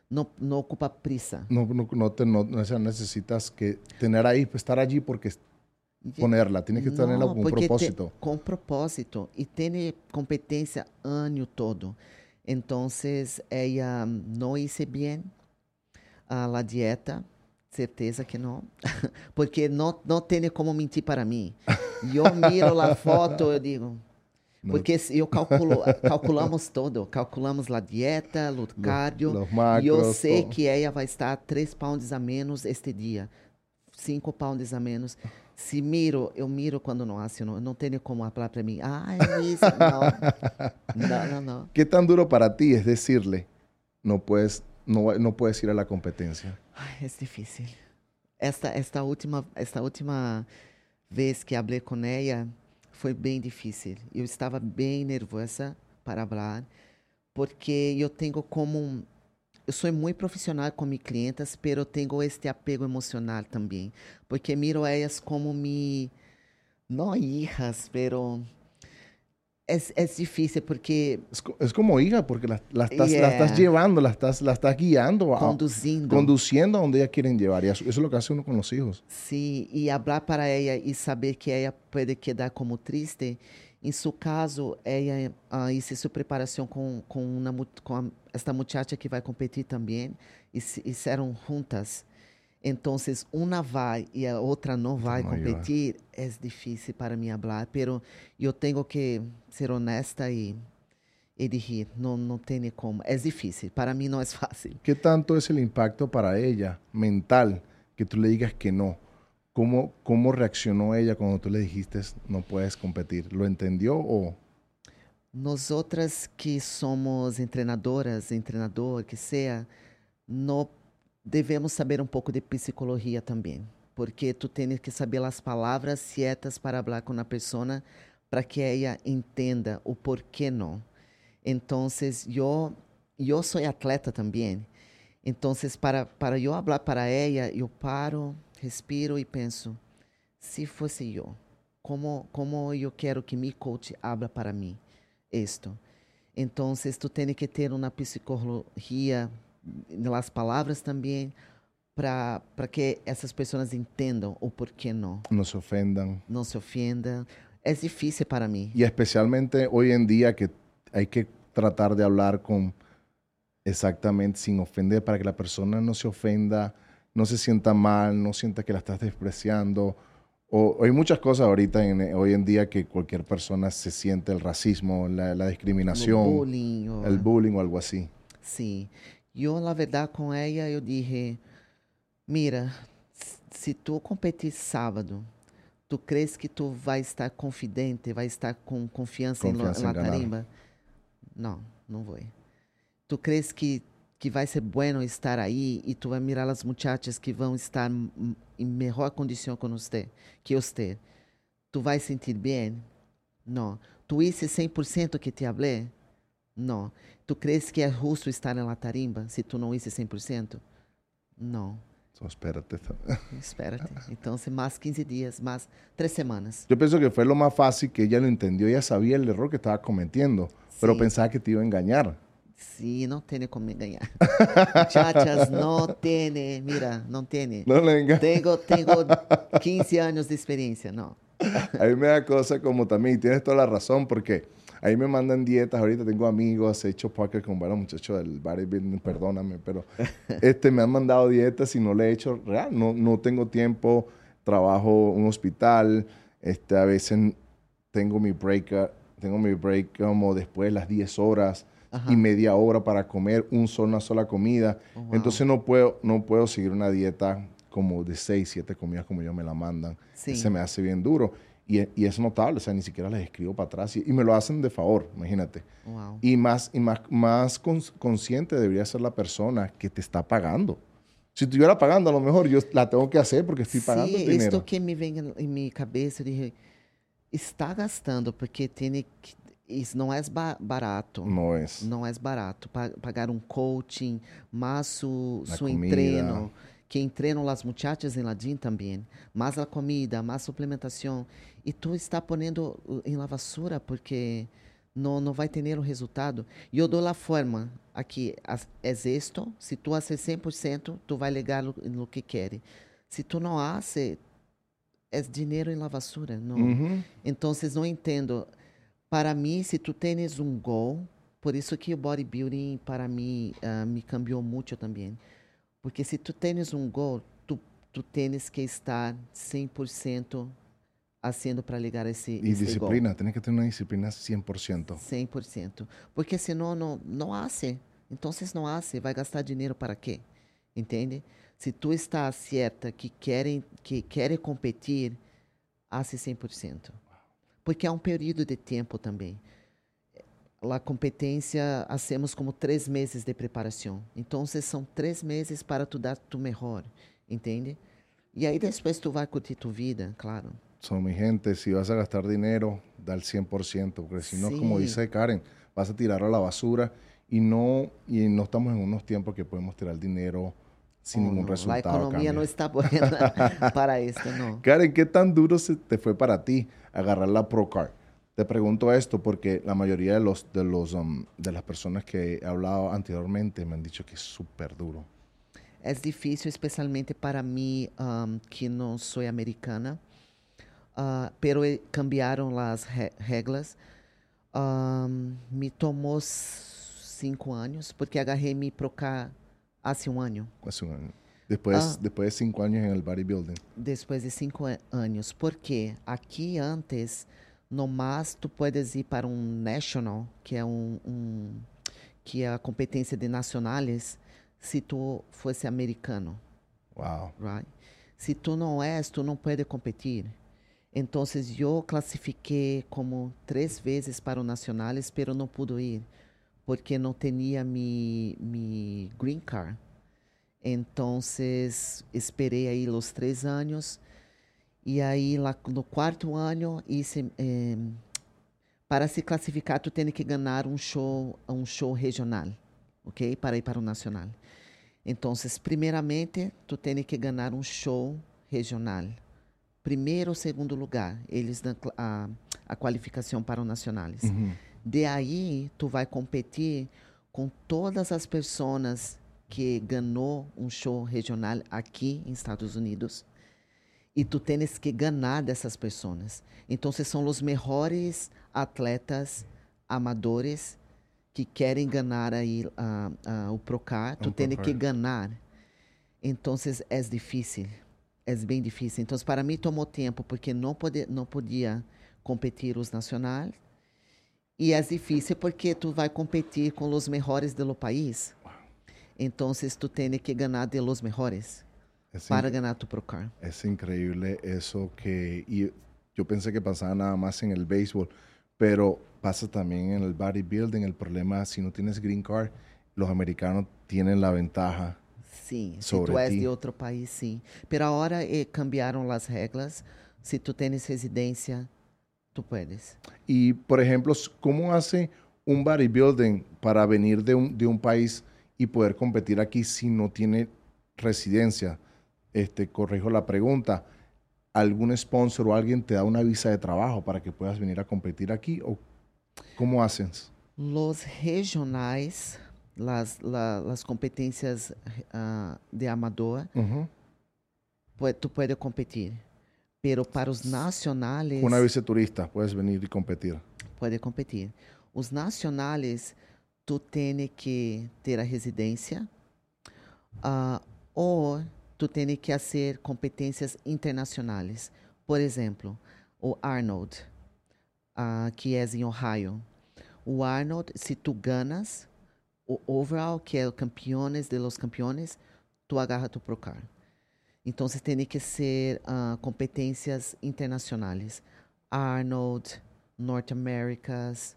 no, no ocupa prisa. No, no, no, te, no, no, o sea, necesitas que tener ahí, pues, estar allí porque ponerla, tienes que tenerla Não, con un porque te, propósito. com propósito e tem competência ano todo. Então, ela não hice bem a la dieta, certeza que não, porque não, não tem como mentir para mim. Eu miro a foto, eu digo, No, porque eu calculo, calculamos todo, calculamos a dieta, o los, cardio, los e eu macros, sei todo. que ela vai estar três pounds a menos este dia, cinco pounds a menos. Se miro, eu miro quando não hace, não, não tenho como falar para mim, ah, Luis, não, não, não, não. ¿Qué tan duro para ti es decirle, no puedes, no, no puedes ir a la competencia? Ai, é difícil. Esta, esta, última, esta última vez que falei com ela foi bem difícil. Eu estava bem nervosa para falar, porque eu tenho como... Eu sou muito profissional com minhas clientas, mas eu tenho este apego emocional também, porque miro elas como mi... não hijas, pero... Es, es difícil porque... Es, es como hija, porque la, la, estás, yeah, la estás llevando, la estás, la estás guiando, a, conduzindo. conduciendo a donde ellas quieren llevar. Y eso, eso es lo que hace uno con los hijos. Sim, e falar para ela e saber que ela pode quedar como triste. Em seu caso, ela uh, hizo sua preparação com, com, uma, com a, esta muchacha que vai competir também. E fizeram juntas. Então, uma vai e a outra não vai No, competir. É difícil para mim falar, mas eu tenho que ser honesta e, e dizer, não, não tem como. É difícil, para mim não é fácil. ¿Qué tanto es el impacto para ella mental que tú le digas que no? ¿Cómo, cómo reaccionó ella cuando tú le dijiste no puedes competir? ¿Lo entendió o...? Nosotras que somos treinadoras, treinador, que seja, não devemos saber um pouco de psicologia também, porque tu tens que saber as palavras certas para falar com a pessoa, para que ela entenda o porquê não. Então, eu, eu sou atleta também. Então, para, para eu falar para ela, eu paro, respiro e penso, se fosse eu, como, como eu quero que meu coach abra para mim isto? Então, tu tens que ter uma psicologia nas palavras também, para que essas pessoas entendam o porquê não. No se ofendan. Não se ofendam. É difícil para mim. Y especialmente hoy en día que hay que tratar de hablar con exactamente sin ofender para que la persona no se ofenda, no se sienta mal, no sienta que la estás despreciando. O, o hay muchas cosas ahorita en, hoy en día que cualquier persona se siente el racismo, la, la discriminación, o bullying, o... el bullying o algo así. Sim. Eu, na verdade, com ela, eu disse, mira, se tu competir sábado, tu crees que tu vai estar confidente, vai estar com confiança, Confiança em, la em ganar. tarimba? Não, não vou. Tu crees que, que vai ser bueno estar aí e tu vai mirar as muchachas que vão estar em melhor condição que você, que você? Tu vai sentir bem? Não. Tu hice cem por cento que te hablé? Não. Tu crees que é justo estar na tarimba se tu não hice cem por cento? Não. So, espérate. Espérate. Então, mais quinze dias, mais três semanas. Yo pienso que fue lo más fácil que ella lo entendió. Ella sabía el error que estaba cometiendo, Sí. pero pensaba que te iba a engañar. Sim, não tem como me ganhar. Muchachas, não tem. Mira, não tem. No le engañes. Tengo, tengo quinze anos de experiência, não. A mí me da cosa como también, y tienes toda la razón, porque ahí me mandan dietas, ahorita tengo amigos, he hecho podcast con varios muchachos del bodybuilding, perdóname, pero este, me han mandado dietas y no le he hecho real, no, no tengo tiempo, trabajo en un hospital, este, a veces tengo mi break, tengo mi break como después de las diez horas, Ajá. y media hora para comer un solo, una sola comida, oh, wow. Entonces no puedo, no puedo seguir una dieta como de seis, siete comidas como ellos me la mandan. Sí. Se me hace bien duro. Y, y es notable, o sea, ni siquiera les escribo para atrás. Y, y me lo hacen de favor, imagínate. Wow. Y más, y más, más cons consciente debería ser la persona que te está pagando. Si estuviera pagando, a lo mejor yo la tengo que hacer porque estoy pagando el dinero. Sí, esto que me vem em minha cabeça, eu dije, está gastando, porque tem que... Isso não é barato. Não é. Não é barato. Pagar um coaching, mais su, su entreno. Que entrenam as muchachas em Ladin também. Mais a comida, mais suplementação. E tu está ponendo em la basura porque não, não vai ter o resultado. E eu dou a forma aqui, é isto, se tu haces cem por cento, tu vai ligar no que quer. Se tu não haces, é dinheiro em la basura. Não. Uhum. Então, não entendo. Para mim, se tu tens um gol, por isso que o bodybuilding, para mim, uh, me cambiou muito também. Porque se tu tens um gol, tu, tu tens que estar cem por cento haciendo para ligar esse E esse disciplina, gol. tienes que ter uma disciplina cem por ciento. cem por cento. Porque senão não, não hace. Então, não hace, vai gastar dinheiro para quê? Entende? Se tu está certa que querem que querem competir, hace cem por cento. Porque há um período de tempo também. A competência, hacemos como três meses de preparação. Então, são três meses para tu dar tu melhor, entende? E aí depois tu vai curtir tu vida, claro. So, mi gente, si vas a gastar dinero, da el cien por ciento, porque si no, Sí. como dice Karen, vas a tirar a la basura y no, y no estamos en unos tiempos que podemos tirar dinero sin Oh, ningún no. resultado. La economía cambia. no está buena para esto, no. Karen, ¿qué tan duro se te fue para ti agarrar la Procard? Te pregunto esto porque la mayoría de, los, de, los, um, de las personas que he hablado anteriormente me han dicho que es súper duro. É difícil, especialmente para mim, um, que não sou americana. Uh, pero cambiaram as re regras. Um, me tomou cinco anos, porque agarrei me Procard há um ano. Hace un año. Después, Ah. después de cinco años en el bodybuilding. Depois de cinco anos. Porque aqui antes, no mais, tu puedes ir para um national, que é um, um que é a competência de nacionais, se tu fosse americano. Wow. Right? Se tu não és, tu não pode competir. Então, eu classifiquei como três vezes para o nacionais, pero não pude ir, porque não tinha mi, mi green card. Então, esperei aí os três anos, e aí lá no quarto ano, hice, eh, para se classificar, tu tem que ganhar um show, um show regional, ok? Para ir para o nacional. Então, primeiramente, tu tem que ganhar um show regional. Primeiro ou segundo lugar, eles dão a, a qualificação para o nacionais. Uhum. De aí, tu vai competir com todas as pessoas que ganhou um show regional aqui em Estados Unidos. E tu tens que ganhar dessas pessoas. Então, são os melhores atletas amadores que querem ganhar aí uh, uh, o Procard. Tu Um tens Procard. que ganhar. Então, é difícil. É bem difícil. Então, para mim, tomou tempo, porque não, pode, não podia competir os nacionais. E é difícil porque tu vai competir com os melhores do país. Então, tu tem que ganhar de los melhores Es para inc- ganhar tu Procard. Es increíble eso que... Y yo pensé que pasaba nada más en el béisbol, pero pasa también en el bodybuilding. El problema, si no tienes green card, los americanos tienen la ventaja. Sim, se Sobre tu és ti. de outro país, sim. Pero agora eh, cambiaram as regras. Se tu tens residência, tu puedes. Y, por ejemplo, ¿cómo hace un bodybuilding para venir de un, de un país y poder competir aquí si no tiene residencia? Este, corrijo la pregunta. ¿Algún sponsor o alguien te da una visa de trabajo para que puedas venir a competir aquí? ¿O cómo haces? Los regionais, las, la, las competências uh, de amador, Ujú. pu- tu puedes competir. Pero para os nacionais, Con una visa de turista puedes venir y competir. pode competir. Os nacionais, tu tem que ter a residência uh, ou tu tem que fazer competências internacionais. Por exemplo, o Arnold, uh, que é em Ohio. O Arnold, se tu ganas o overall, que é o campeones de los campeones, tu agarra tu Procard. Então, tem que ser uh, competências internacionais. Arnold, North Americas,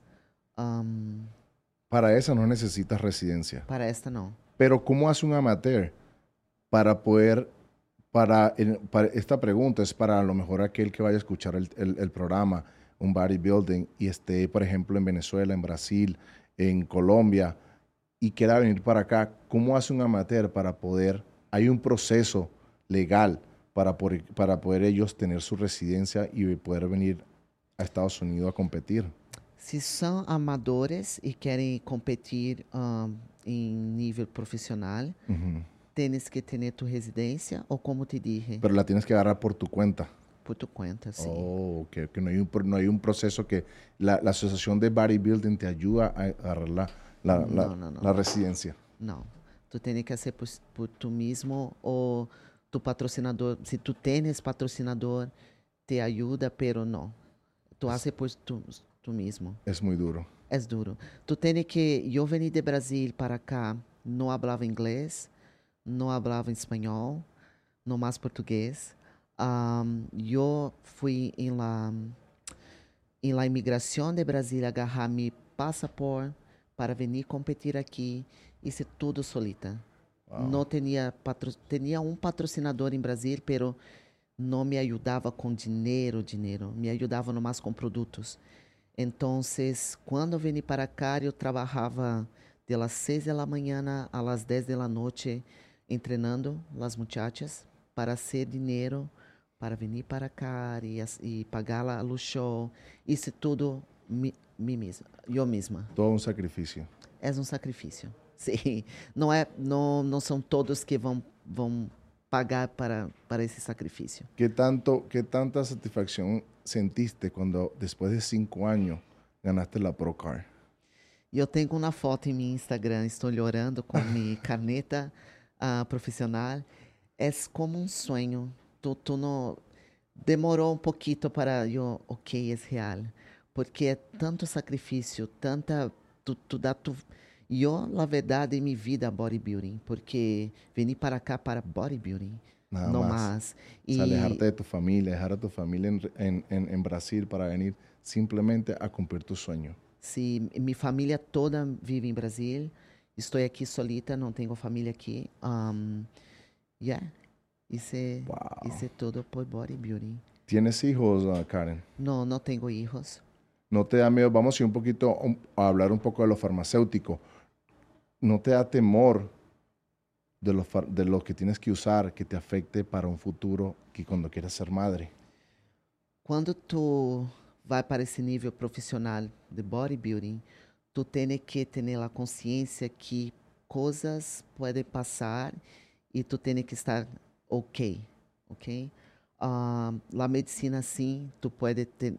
um, Para esa no necesitas residencia. para esta não. Pero ¿cómo hace un amateur para poder, para, el- para- esta pregunta es para a lo mejor aquel que vaya a escuchar el, el- el programa, un bodybuilding, y esté, por ejemplo, en Venezuela, en Brasil, en Colombia, y quiera venir para acá, ¿cómo hace un amateur para poder, hay un proceso legal para, por- para poder ellos tener su residencia y poder venir a Estados Unidos a competir? Se são amadores e querem competir um, em nível profissional, Ujú. tienes que ter tu residência ou, como te dije, Pero la tienes que agarrar por tu cuenta. por tu conta, sim. Oh, que, que no, hay un, pro- no hay un proceso que la, la asociación de bodybuilding te ayuda a agarrar la, la, la- No, no, no. la residencia. Não. Tu tens que ser por, por tu mesmo ou tu patrocinador. Se tu tens patrocinador, te ajuda, pero não. Tu haces por tu, tu mesmo. Es muy duro. É duro. Tu tens que... Eu vim de Brasil para cá, não falava inglês, não falava espanhol, não mais português. Um, eu fui em la, em la imigração de Brasil agarrar meu passaporte para vir competir aqui. Hice tudo solita. Wow. Não tinha patro... tinha um patrocinador em Brasil, pero não me ajudava com dinheiro, dinheiro. Me ajudava mais com produtos. Então, quando eu vim para cá, eu trabalhava de las seis da manhã a las dez da noite, treinando as muchachas para hacer dinheiro, para vir para cá e, e pagar o show. Isso tudo mi, mi mesma, eu mesma. Todo un sacrificio. É um sacrifício. Sim, não é, não, não são todos que vão vão pagar para para esse sacrifício. ¿Qué tanto, qué tanta satisfacción sentiste cuando después de cinco años ganaste la Pro Car? Eu tenho uma foto em meu Instagram, estou olhando com minha caneta uh, profissional. É como um sonho. Tu, tu não demorou um pouquinho para eu, ok, é real, porque é tanto sacrifício, tanta tu, tu dá tu eu, na verdade, em minha vida bodybuilding, porque vim para cá para bodybuilding, Nada não más. mais. O sea, alejarte de tu familia, dejar a tu familia en, en, en, en Brasil para venir simplemente a cumplir tu sueño. Se minha família toda vive em Brasil, estou aqui solita, não tenho família aqui. Um, yeah, isso é, Wow. isso é tudo por bodybuilding. ¿Tienes hijos, uh, Karen? Não, não tenho hijos. ¿No te da miedo? Vamos a ir un poquito um, a hablar un poco de lo farmacéutico. ¿No te da temor de lo, far- de lo que tienes que usar que te afecte para un futuro que cuando quieras ser madre? Quando tu vai para esse nível profissional de bodybuilding, tu tem que ter a consciência que coisas podem passar e tu tem que estar ok, ok? Uh, a medicina, sim, tu pode ter,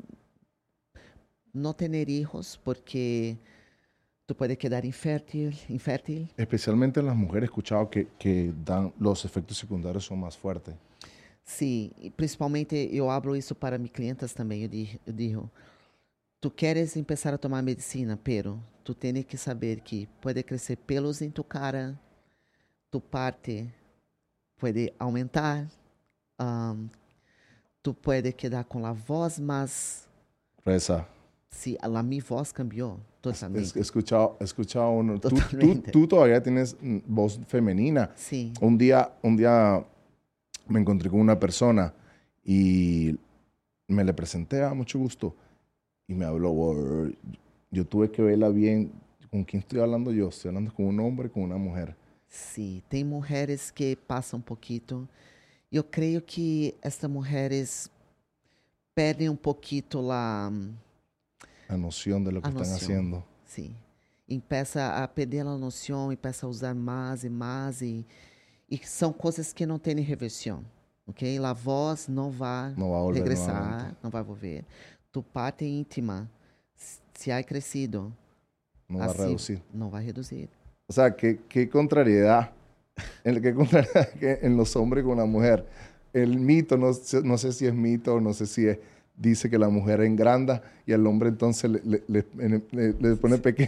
não ter hijos porque tu pode quedar infértil, infértil. Especialmente en las mujeres he escuchado que, que dan, los efectos secundarios son más fuertes. Sim, e principalmente eu abro isso para minhas clientas também. Eu digo, eu digo, tu queres começar a tomar medicina, pero tu tens que saber que pode crescer pelos em tu cara, tu parte pode aumentar, um, tu pode quedar com a voz mais... Reza. Sí, a mi voz cambió totalmente. Es- He escuchado, he escuchado uno. Tú, tú, Totalmente. tú todavía tienes mm, voz femenina. Sí, Un día, un día me encontré con una persona y me le presenté a mucho gusto y me habló. "Word". Yo tuve que verla bien. ¿Con quién estoy hablando yo? Estoy hablando con un hombre, con una mujer. sí. Tem mulheres que passam um pouquinho. Eu creio que estas mulheres perdem um pouquinho lá... La noción de lo que A están noción. haciendo. Sim. Empeça a perder a noção, empeça a usar mais e mais e, e são coisas que não têm reversão, ok? A voz não vai No va a volver regressar, nuevamente. não vai volver. Tu parte íntima, se há crescido, No va a assim, reducir. não vai reduzir. O sea, qué, qué contrariedad. En, qué contrariedad que en los hombres con la mujer. El mito, no, sé- no sé si es mito o no sé si es, dice que la mujer engranda y al hombre entonces le, le, le- le- le pone pequeño.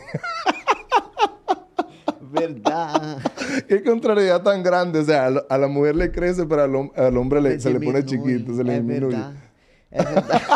Verdade. Qué contrariedad tan grande. O sea, a la, a la mujer le crece, pero al, hom- al hombre le- se le pone Diminui. chiquito, se le É disminuye. verdade. É verdade.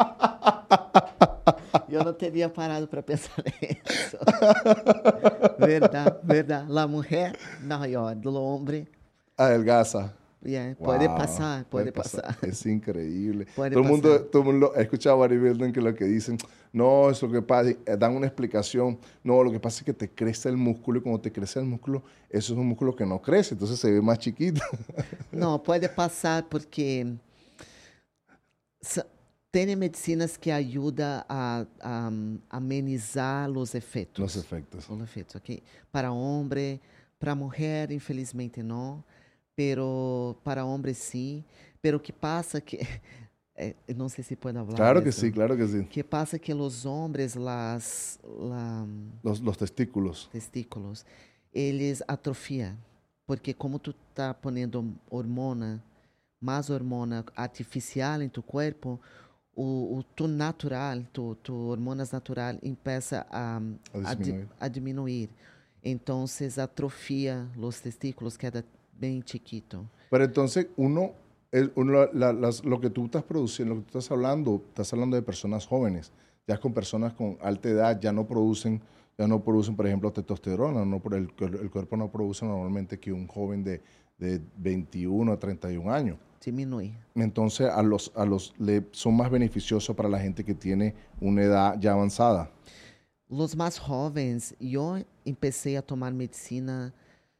Eu não teria parado para pensar nisso. Verdade, verdade. A mulher maior do homem, Adelgaza. yeah, pode Wow, passar, pode passar. Es increíble. Puede todo el mundo, pasar. todo el mundo, he escuchado a bodybuilding que lo que dicen, no, eso que pasa, eh, dan una explicación, no, lo que pasa es que te crece el músculo y cuando te crece el músculo, eso es un músculo que no crece, entonces se ve más chiquito. Não, pode passar porque sa- Tem medicinas que ajudam a, a um, amenizar os efeitos. Los efectos. Os efeitos, ok? Para homem, para mulher, infelizmente não, pero para homem sim. Pero o que passa que eh, não sei se pode falar Claro que disso. sí, claro que sí. Que passa que os homens, las, la, Los, los testículos. testículos, eles atrofiam. Porque como tu tá ponendo hormona, mais hormona artificial em tu corpo, o, o tu natural, tu, tu hormonas natural, começa a, A a, di- disminuir. a diminuir. Então, atrofia os testículos, queda bem chiquito. Pero entonces uno, el- uno la- las- lo que tú estás produciendo, lo que tú estás hablando, estás hablando de personas jóvenes, ya con personas con alta edad, ya no producen, ya no producen, por ejemplo, testosterona, no, por el, cuer- el cuerpo no produce normalmente que un joven de, de veintiuno a treinta y un años. Diminui. Entonces a los, a los le son más beneficiosos para la gente que tiene una edad ya avanzada. Os mais jovens, eu comecei a tomar medicina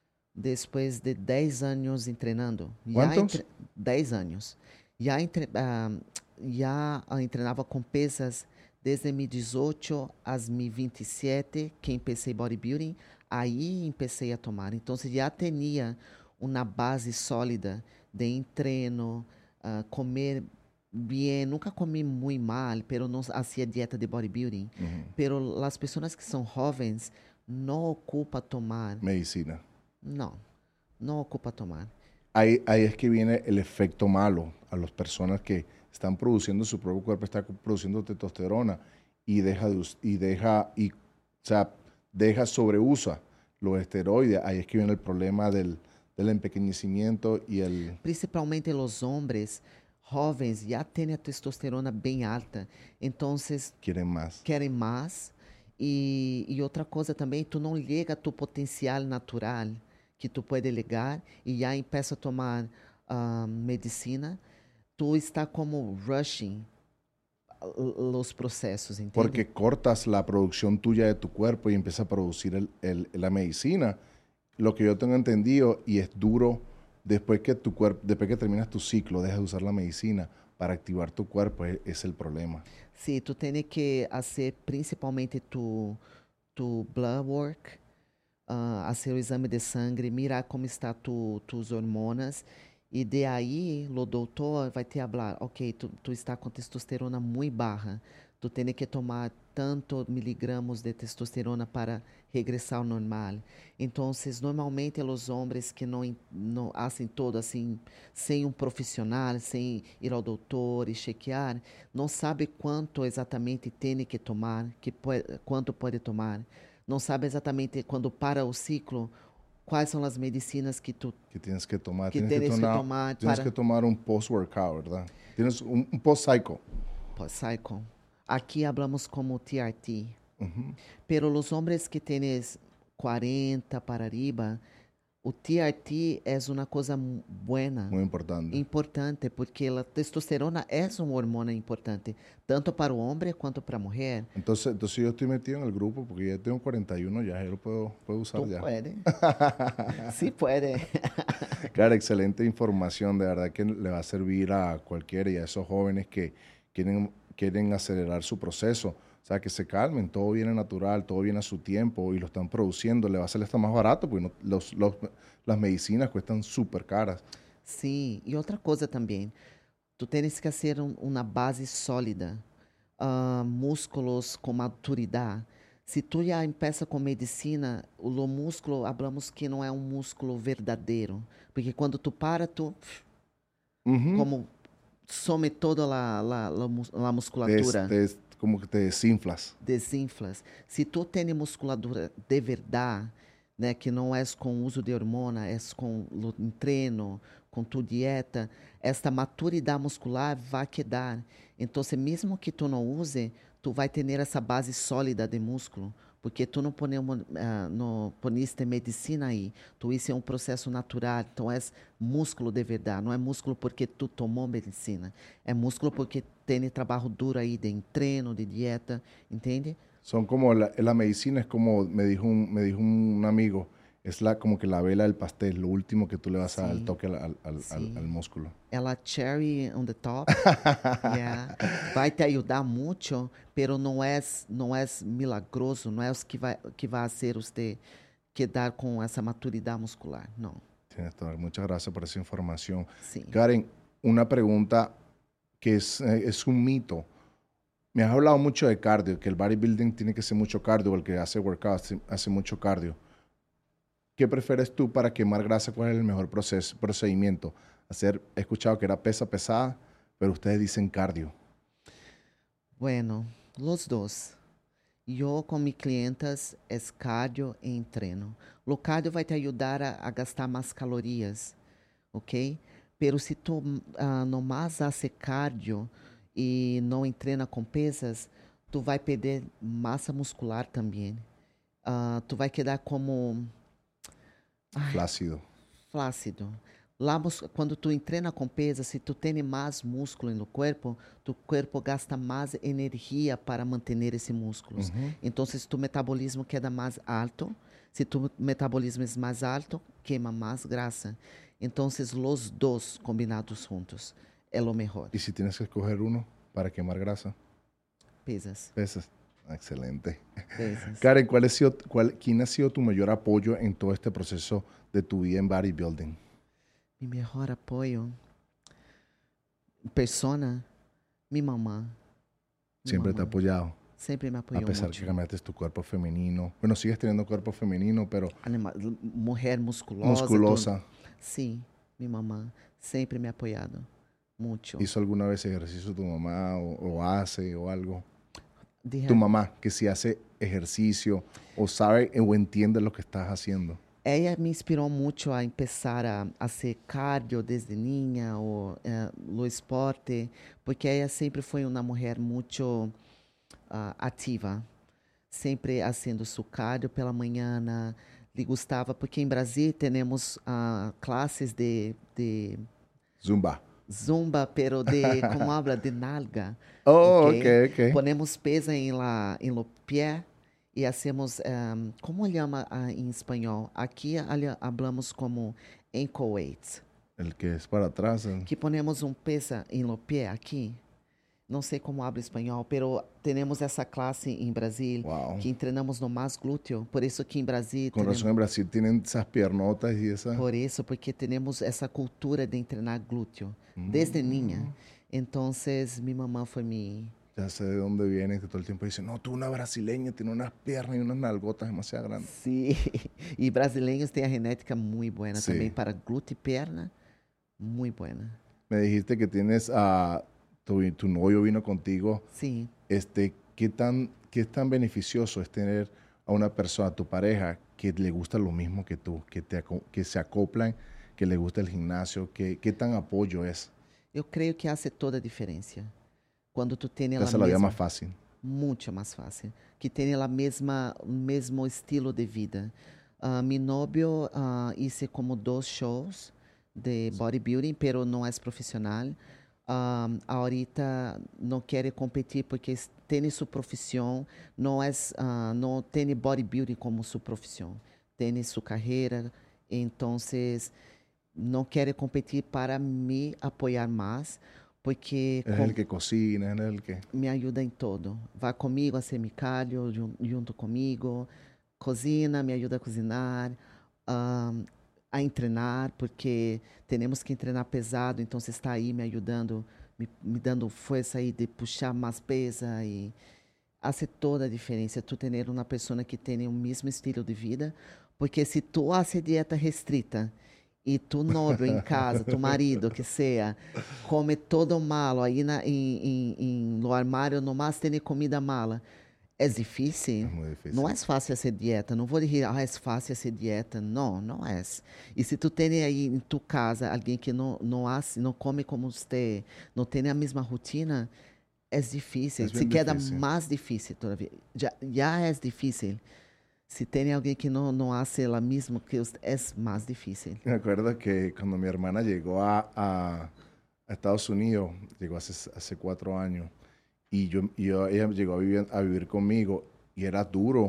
depois de dez anos treinando. Quantos? dez anos. Já, entre, ah, já ah, treinava com pesas desde meus dezoito aos meus vinte e sete, que comecei bodybuilding, aí comecei a tomar. Então, já tinha uma base sólida de treino, ah, comer bem. Nunca comi muito mal, pero não fazia dieta de bodybuilding. Ujú. Pero as pessoas que são jovens não ocupa tomar. Medicina. Não, não ocupa tomar. Ahí, ahí es que viene el efecto malo a las personas que están produciendo su propio cuerpo, está produciendo testosterona y deja, de us- y deja, y, o sea, deja, sobreusa los esteroides. Ahí es que viene el problema del, del empequeñecimiento y el... Principalmente os homens jovens já têm a testosterona bem alta, então quieren más. querem mais. E, e outra coisa também, tu não liga tu potencial natural que tu pode ligar e já começa a tomar ah, medicina, tu está como rushing ah, os processos, entende? Porque cortas la producción tuya de tu cuerpo y empieza a producir el- el- la medicina. Lo que yo tengo entendido, y es duro, después que tu cuerpo, después que terminas tu ciclo, dejas de usar la medicina para activar tu cuerpo, es, es el problema. Sim, tu tem que fazer principalmente tu, tu blood work, ah, fazer o exame de sangue, mirar como está tu, tus hormonas e de aí o doutor vai te falar, ok, tu, tu está com testosterona muito baixa, tu tem que tomar tanto miligramos de testosterona para regressar ao normal. Então, normalmente os homens que não não fazem todo assim sem um profissional, sem ir ao doutor e chequear, não sabe quanto exatamente tem que tomar, que pode, quanto pode tomar, não sabe exatamente quando para o ciclo quais são as medicinas que tu Que tienes que tomar. que tienes tienes que tomar, tomar tienes para que tomar un post-workout, ¿verdad? Tienes un, un post-cycle. cycle. Aqui hablamos como T R T. Ujú. Pero los hombres que tienes cuarenta para arriba, o T R T é uma coisa mu- buena, Muy importante. importante, porque a testosterona é uma hormona importante, tanto para o homem quanto para a mulher. Entonces, entonces yo estoy metido en el grupo porque ya tengo cuarenta y uno, ya yo lo puedo, puedo usar Tu ya. pode. Sí puede. Claro, excelente información, de verdad que le va a servir a cualquiera y a esos jóvenes que quieren, quieren acelerar su proceso. O sea, que se calmen, todo viene natural, todo viene a su tiempo y lo están produciendo. Le va a salir hasta más barato porque no- los, los- las medicinas cuestan súper caras. Sim, e outra coisa também, tu tens que ser um, uma base sólida, ah, músculos com maturidade. Se tu já começa com medicina, o lo músculo, hablamos que não é um músculo verdadeiro, porque quando tu para, tu Ujú. como some toda a, la, la, mus- la Te- musculatura, te- como que te desinflas. desinflas. Se tu tem musculatura de verdade, né, que não é com uso de hormona, é com lo- um treino, com tu dieta, esta maturidade muscular vai quedar. Então, se mesmo que tu não use, tu vai ter essa base sólida de músculo, porque tu não ponemos, ah, não poniste medicina aí, tu isso é um processo natural, então é músculo de verdade, não é músculo porque tu tomou medicina, é músculo porque tem trabalho duro aí de treino, de dieta, entende? Son como la, la medicina, es como me dijo un, me dijo un amigo, Es la, como que la vela del pastel, lo último que tú le vas a dar el Sim, toque al, al, al, al- al sim. músculo. Ela cherry on the top, yeah. Vai te ajudar muito, pero não é não é milagroso, não é o que vai que vai ser você quedar com essa maturidade muscular, não. Tienes toda- Muchas gracias por esa información. Sim. Karen, una pregunta que es, eh, es un mito. Me has hablado mucho de cardio, que el bodybuilding tiene que ser mucho cardio, el que hace workout hace, hace mucho cardio. ¿Qué prefieres tú para quemar grasa? ¿Cuál es el mejor proceso, procedimiento? Hacer, he escuchado que era pesa pesada, pero ustedes dicen cardio. Bueno, los dos. Eu com minhas clientas é cardio e entreno. O cardio vai te ajudar a, a gastar mais calorias, ok? Pero se tu uh, nomás hace cardio e não entrena com pesas, tu vai perder massa muscular também. Uh, tu vai quedar como ai, Flácido. flácido. Lá, mus- quando tu entrena com pesas, se tu tem mais músculo no corpo, tu corpo gasta mais energia para manter esse músculo. Ujú. Então, se tu metabolismo queda mais alto, se tu metabolismo é mais alto, queima mais grasa. Então, os dois combinados juntos é o melhor. Y si tienes que escoger uno para quemar grasa, Pesas, pesas. Excelente. pesas. Karen, ¿cuál ha sido, cuál, ¿quién ha sido tu mayor apoyo en todo este proceso de tu vida en bodybuilding? Mi melhor apoio, persona, minha mamã. Minha Siempre te ha mamã. apoyado, Sempre me a apoiou pesar muito. que cambiaste tu cuerpo femenino. Bueno, sigues teniendo cuerpo femenino, pero Anima- mulher musculosa. musculosa. tudo. Sim, minha mamã sempre me apoiado muito. ¿Hizo alguna vez ejercicio tu mamá o, o hace o algo? De Tu re- mamá, que si hace ejercicio o sabe o entiende lo que estás haciendo. Ela me inspirou muito a começar a, a ser cardio desde niña, ou eh, o esporte, porque ela sempre foi uma mulher muito ah, ativa, sempre fazendo seu cardio pela manhã, na- lhe gostava, porque em Brasil temos ah, classes de, de Zumba. zumba, pero de, como habla, de nalga. Oh, ¿ok? ok, ok. Ponemos pesa em la, em lo pie e hacemos, um, como llama uh, em espanhol? Aqui ali, hablamos como ankle weights. El que es para atrás. el- Que ponemos um pesa em lo pie aqui. Não sei como habla espanhol, pero temos essa classe em Brasil Wow. que treinamos no mais glúteo. Por isso que em Brasil Con tenemos, razón en Brasil tienen esas piernotas y esas. por isso porque temos essa cultura de treinar glúteo desde niña. Então, minha mamãe foi me Ya sé de dónde vienen, que todo el tiempo dicen, no, tú una brasileña, tiene unas piernas y unas nalgotas demasiado grandes. Sim, e brasileiros têm a genética muito boa Sim. também para glúteo e perna, muito boa. Me dijiste que tienes a tu, tu novio vino contigo. Sim, Este, ¿qué tan, qué tan beneficioso es tener a una persona, a tu pareja, que le gusta lo mismo que tú, que, te, aco- que se acoplan, que le gusta el gimnasio? ¿Qué, qué tan apoyo es? eu creio que hace toda a diferença. Quando tu tem Te ela hace la vida mesma, más fácil. muito mais fácil, que tem ela mesma, o mesmo estilo de vida. Uh, meu novio uh, hice como dois shows de bodybuilding, pero não é profissional. Um, ahorita não quer competir porque tem sua profissão, não é, uh, não tem bodybuilding como sua profissão, tem sua carreira, então não quer competir para me apoiar mais, porque Es com- el que cocina, es el que... me ajuda em todo. Vai comigo a ser micalho, jun- junto comigo, cozinha, me ajuda a cozinhar, ahn, a treinar, porque temos que treinar pesado, então você está aí me ajudando, me, me dando força aí de puxar mais pesa e faz toda a diferença tu ter uma pessoa que tenha o mesmo estilo de vida, porque se tu hace dieta restrita e tu novio em casa, tu marido, que seja, come todo malo, aí na, em, em, em, no armário nomás tem comida mala, é difícil. Es muy difícil. Não é fácil essa dieta. Não vou dizer, ah, é fácil essa dieta. Não, não é. E se tu tem aí em tu casa alguém que não não hace, não come como você, não tem a mesma rotina, é difícil. Es se bien queda difícil. mais difícil todavía. Já, já é difícil. Se tem alguém que não não hace a mesma que você, é mais difícil. Me acuerdo que cuando mi hermana llegó a, a- a Estados Unidos, llegó hace, hace cuatro años, y yo, y yo- ella llegó a vivir, a vivir conmigo y era duro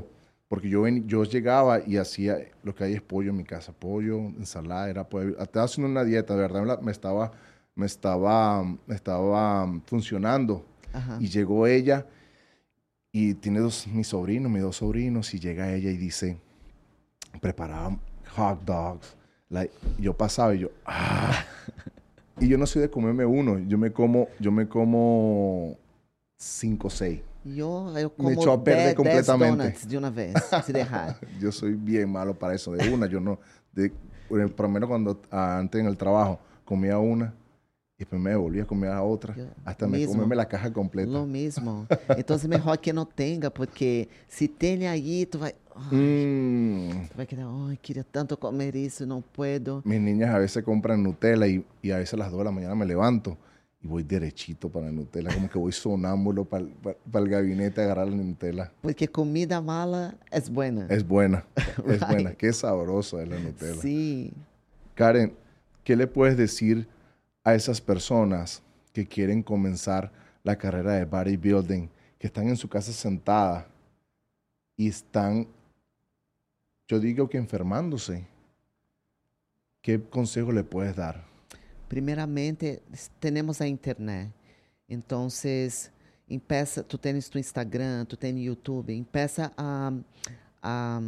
Porque yo, ven- yo llegaba y hacía lo que hay es pollo en mi casa, pollo, ensalada, era pollo. Estaba haciendo una dieta, de verdad me, la- me estaba, me estaba, me estaba funcionando. Aham. Y llegó ella y tiene dos, mis sobrinos, mis dos sobrinos, y llega ella y dice, preparaba hot dogs. Like, yo pasaba y yo, ah. Y yo no soy de comerme uno, yo me como, yo me como cinco o seis. E eu, eu Me como echó a perder dez completamente. donuts de uma vez, se derrar. Yo soy bien malo para eso. De una, yo no. De, por por lo menos cuando ah, antes en el trabajo comía una y después me volvía a comer a otra Yo- hasta me mismo. comerme la caja completa. Lo mesmo. Então, é melhor que não tenha, porque se tem aí, tu vai... Ai, Mm, tu vai querer, ai, queria tanto comer isso, não puedo. mis niñas a veces compran Nutella y, y a veces a las dos de la mañana me levanto y voy derechito para el Nutella. Como que voy sonámbulo para el gabinete a agarrar la Nutella. Porque comida mala é buena. Es buena, es Right. buena. Qué sabrosa es la Nutella. Sim. Karen, ¿qué le puedes decir a esas personas que quieren comenzar la carrera de bodybuilding, que están en su casa sentada y están, yo digo que enfermándose? ¿Qué consejo le puedes dar? Primeiramente, temos a internet. Então, empeça, tu tens tu Instagram, tu tens YouTube, empeça a, a,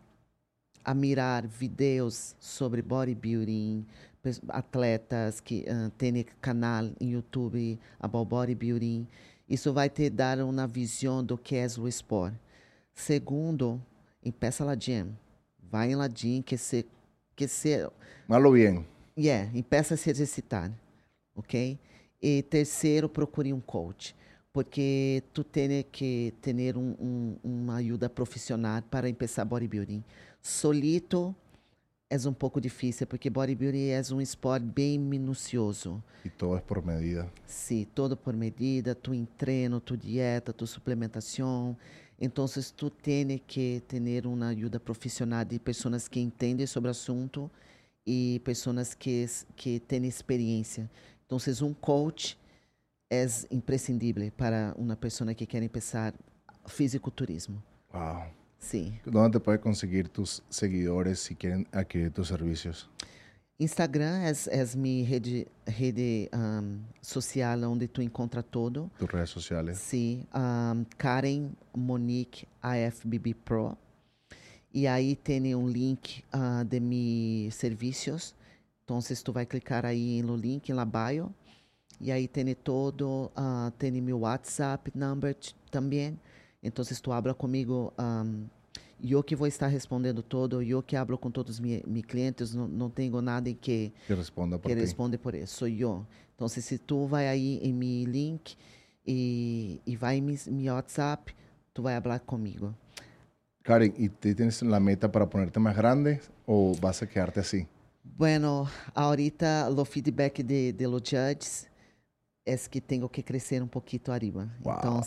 a mirar vídeos sobre bodybuilding, pes- atletas que uh, têm canal em YouTube about bodybuilding. Isso vai te dar uma visão do que é o esporte. Segundo, empeça lá gym. Vai lá gym, que se, que se Malo bien. Yeah, empeça a se exercitar, ok? E terceiro, procure um coach, porque tu tem que ter um, um, uma ajuda profissional para começar bodybuilding. Solito é um pouco difícil, porque bodybuilding é um esporte bem minucioso. Y todo es por medida. Sim, todo por medida, tu treino, tu dieta, tu suplementação. Então, tu tem que ter uma ajuda profissional de pessoas que entendem sobre o assunto e pessoas que, que têm experiência. Então, um coach é imprescindível para uma pessoa que quer começar fisiculturismo. Wow. Sim. ¿Dónde te puedes conseguir tus seguidores si quieren adquirir tus servicios? Instagram é, é minha rede, rede um, social onde tu encontra todo. Tus redes sociales. Sim. Um, Karen Monique A F B B Pro. E aí tem um link uh, de meus serviços. Então, tu vai clicar aí no link, na bio. E aí tem todo, uh, tem meu WhatsApp number também. Então, tu habla comigo, um, eu que vou estar respondendo todo, eu que hablo com todos os meus clientes, não, não tenho nada que, Que responda por que ti. responde por isso, sou eu. Então, se tu vai aí em meu link e, e vai em meu WhatsApp, tu vai falar comigo. Karen, ¿y te tienes la meta para ponerte más grande o vas a quedarte así? Bueno, ahorita o feedback de, de los judges é que tenho que crescer um pouquinho arriba. Wow. Então,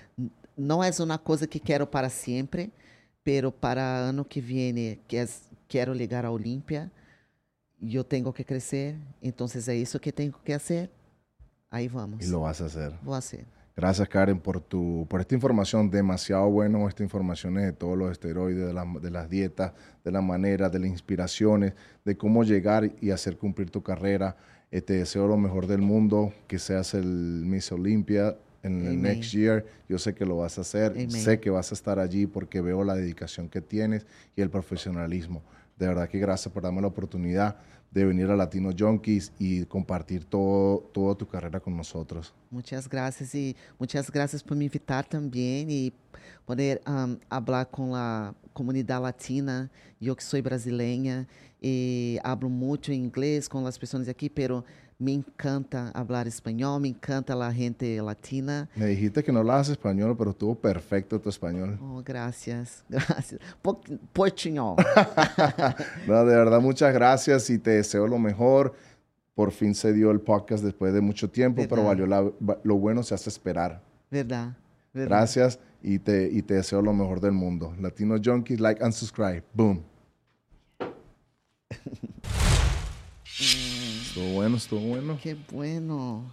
não é uma coisa que quero para sempre, pero para ano que vem que é, quero ligar a Olímpia e eu tenho que crescer. Então, é isso que tenho que fazer. Aí vamos. Y lo vas a hacer. Vou fazer. Gracias, Karen, por, tu, por esta información. Demasiado bueno, esta información de todos los esteroides, de, la, de las dietas, de la manera, de las inspiraciones, de cómo llegar y hacer cumplir tu carrera. Eh, te deseo lo mejor del mundo, que seas el Miss Olympia en el Amen. next year. Yo sé que lo vas a hacer. Amen. Sé que vas a estar allí porque veo la dedicación que tienes y el profesionalismo. De verdad que gracias por darme la oportunidad de venir a Latino Junkies y compartir todo, toda tu carrera con nosotros. Muchas gracias e muchas gracias por me invitar também e poder um, falar com a comunidade latina. Eu que sou brasileira e hablo muito inglês com as pessoas aqui, pero me encanta falar espanhol, me encanta a gente latina. Me dijiste que no hablas español, pero estuvo perfecto tu español. Oh, gracias, gracias. Po Portuñol. No, de verdad, muchas gracias y te deseo lo mejor. Por fin se dio el podcast después de mucho tiempo, Verdad. pero valió la, lo bueno se hace esperar. Verdade, verdade. Gracias y te, y te deseo lo mejor del mundo. Latino Junkies, like and subscribe. Boom. Estuvo bueno, estuvo bueno. Que bueno.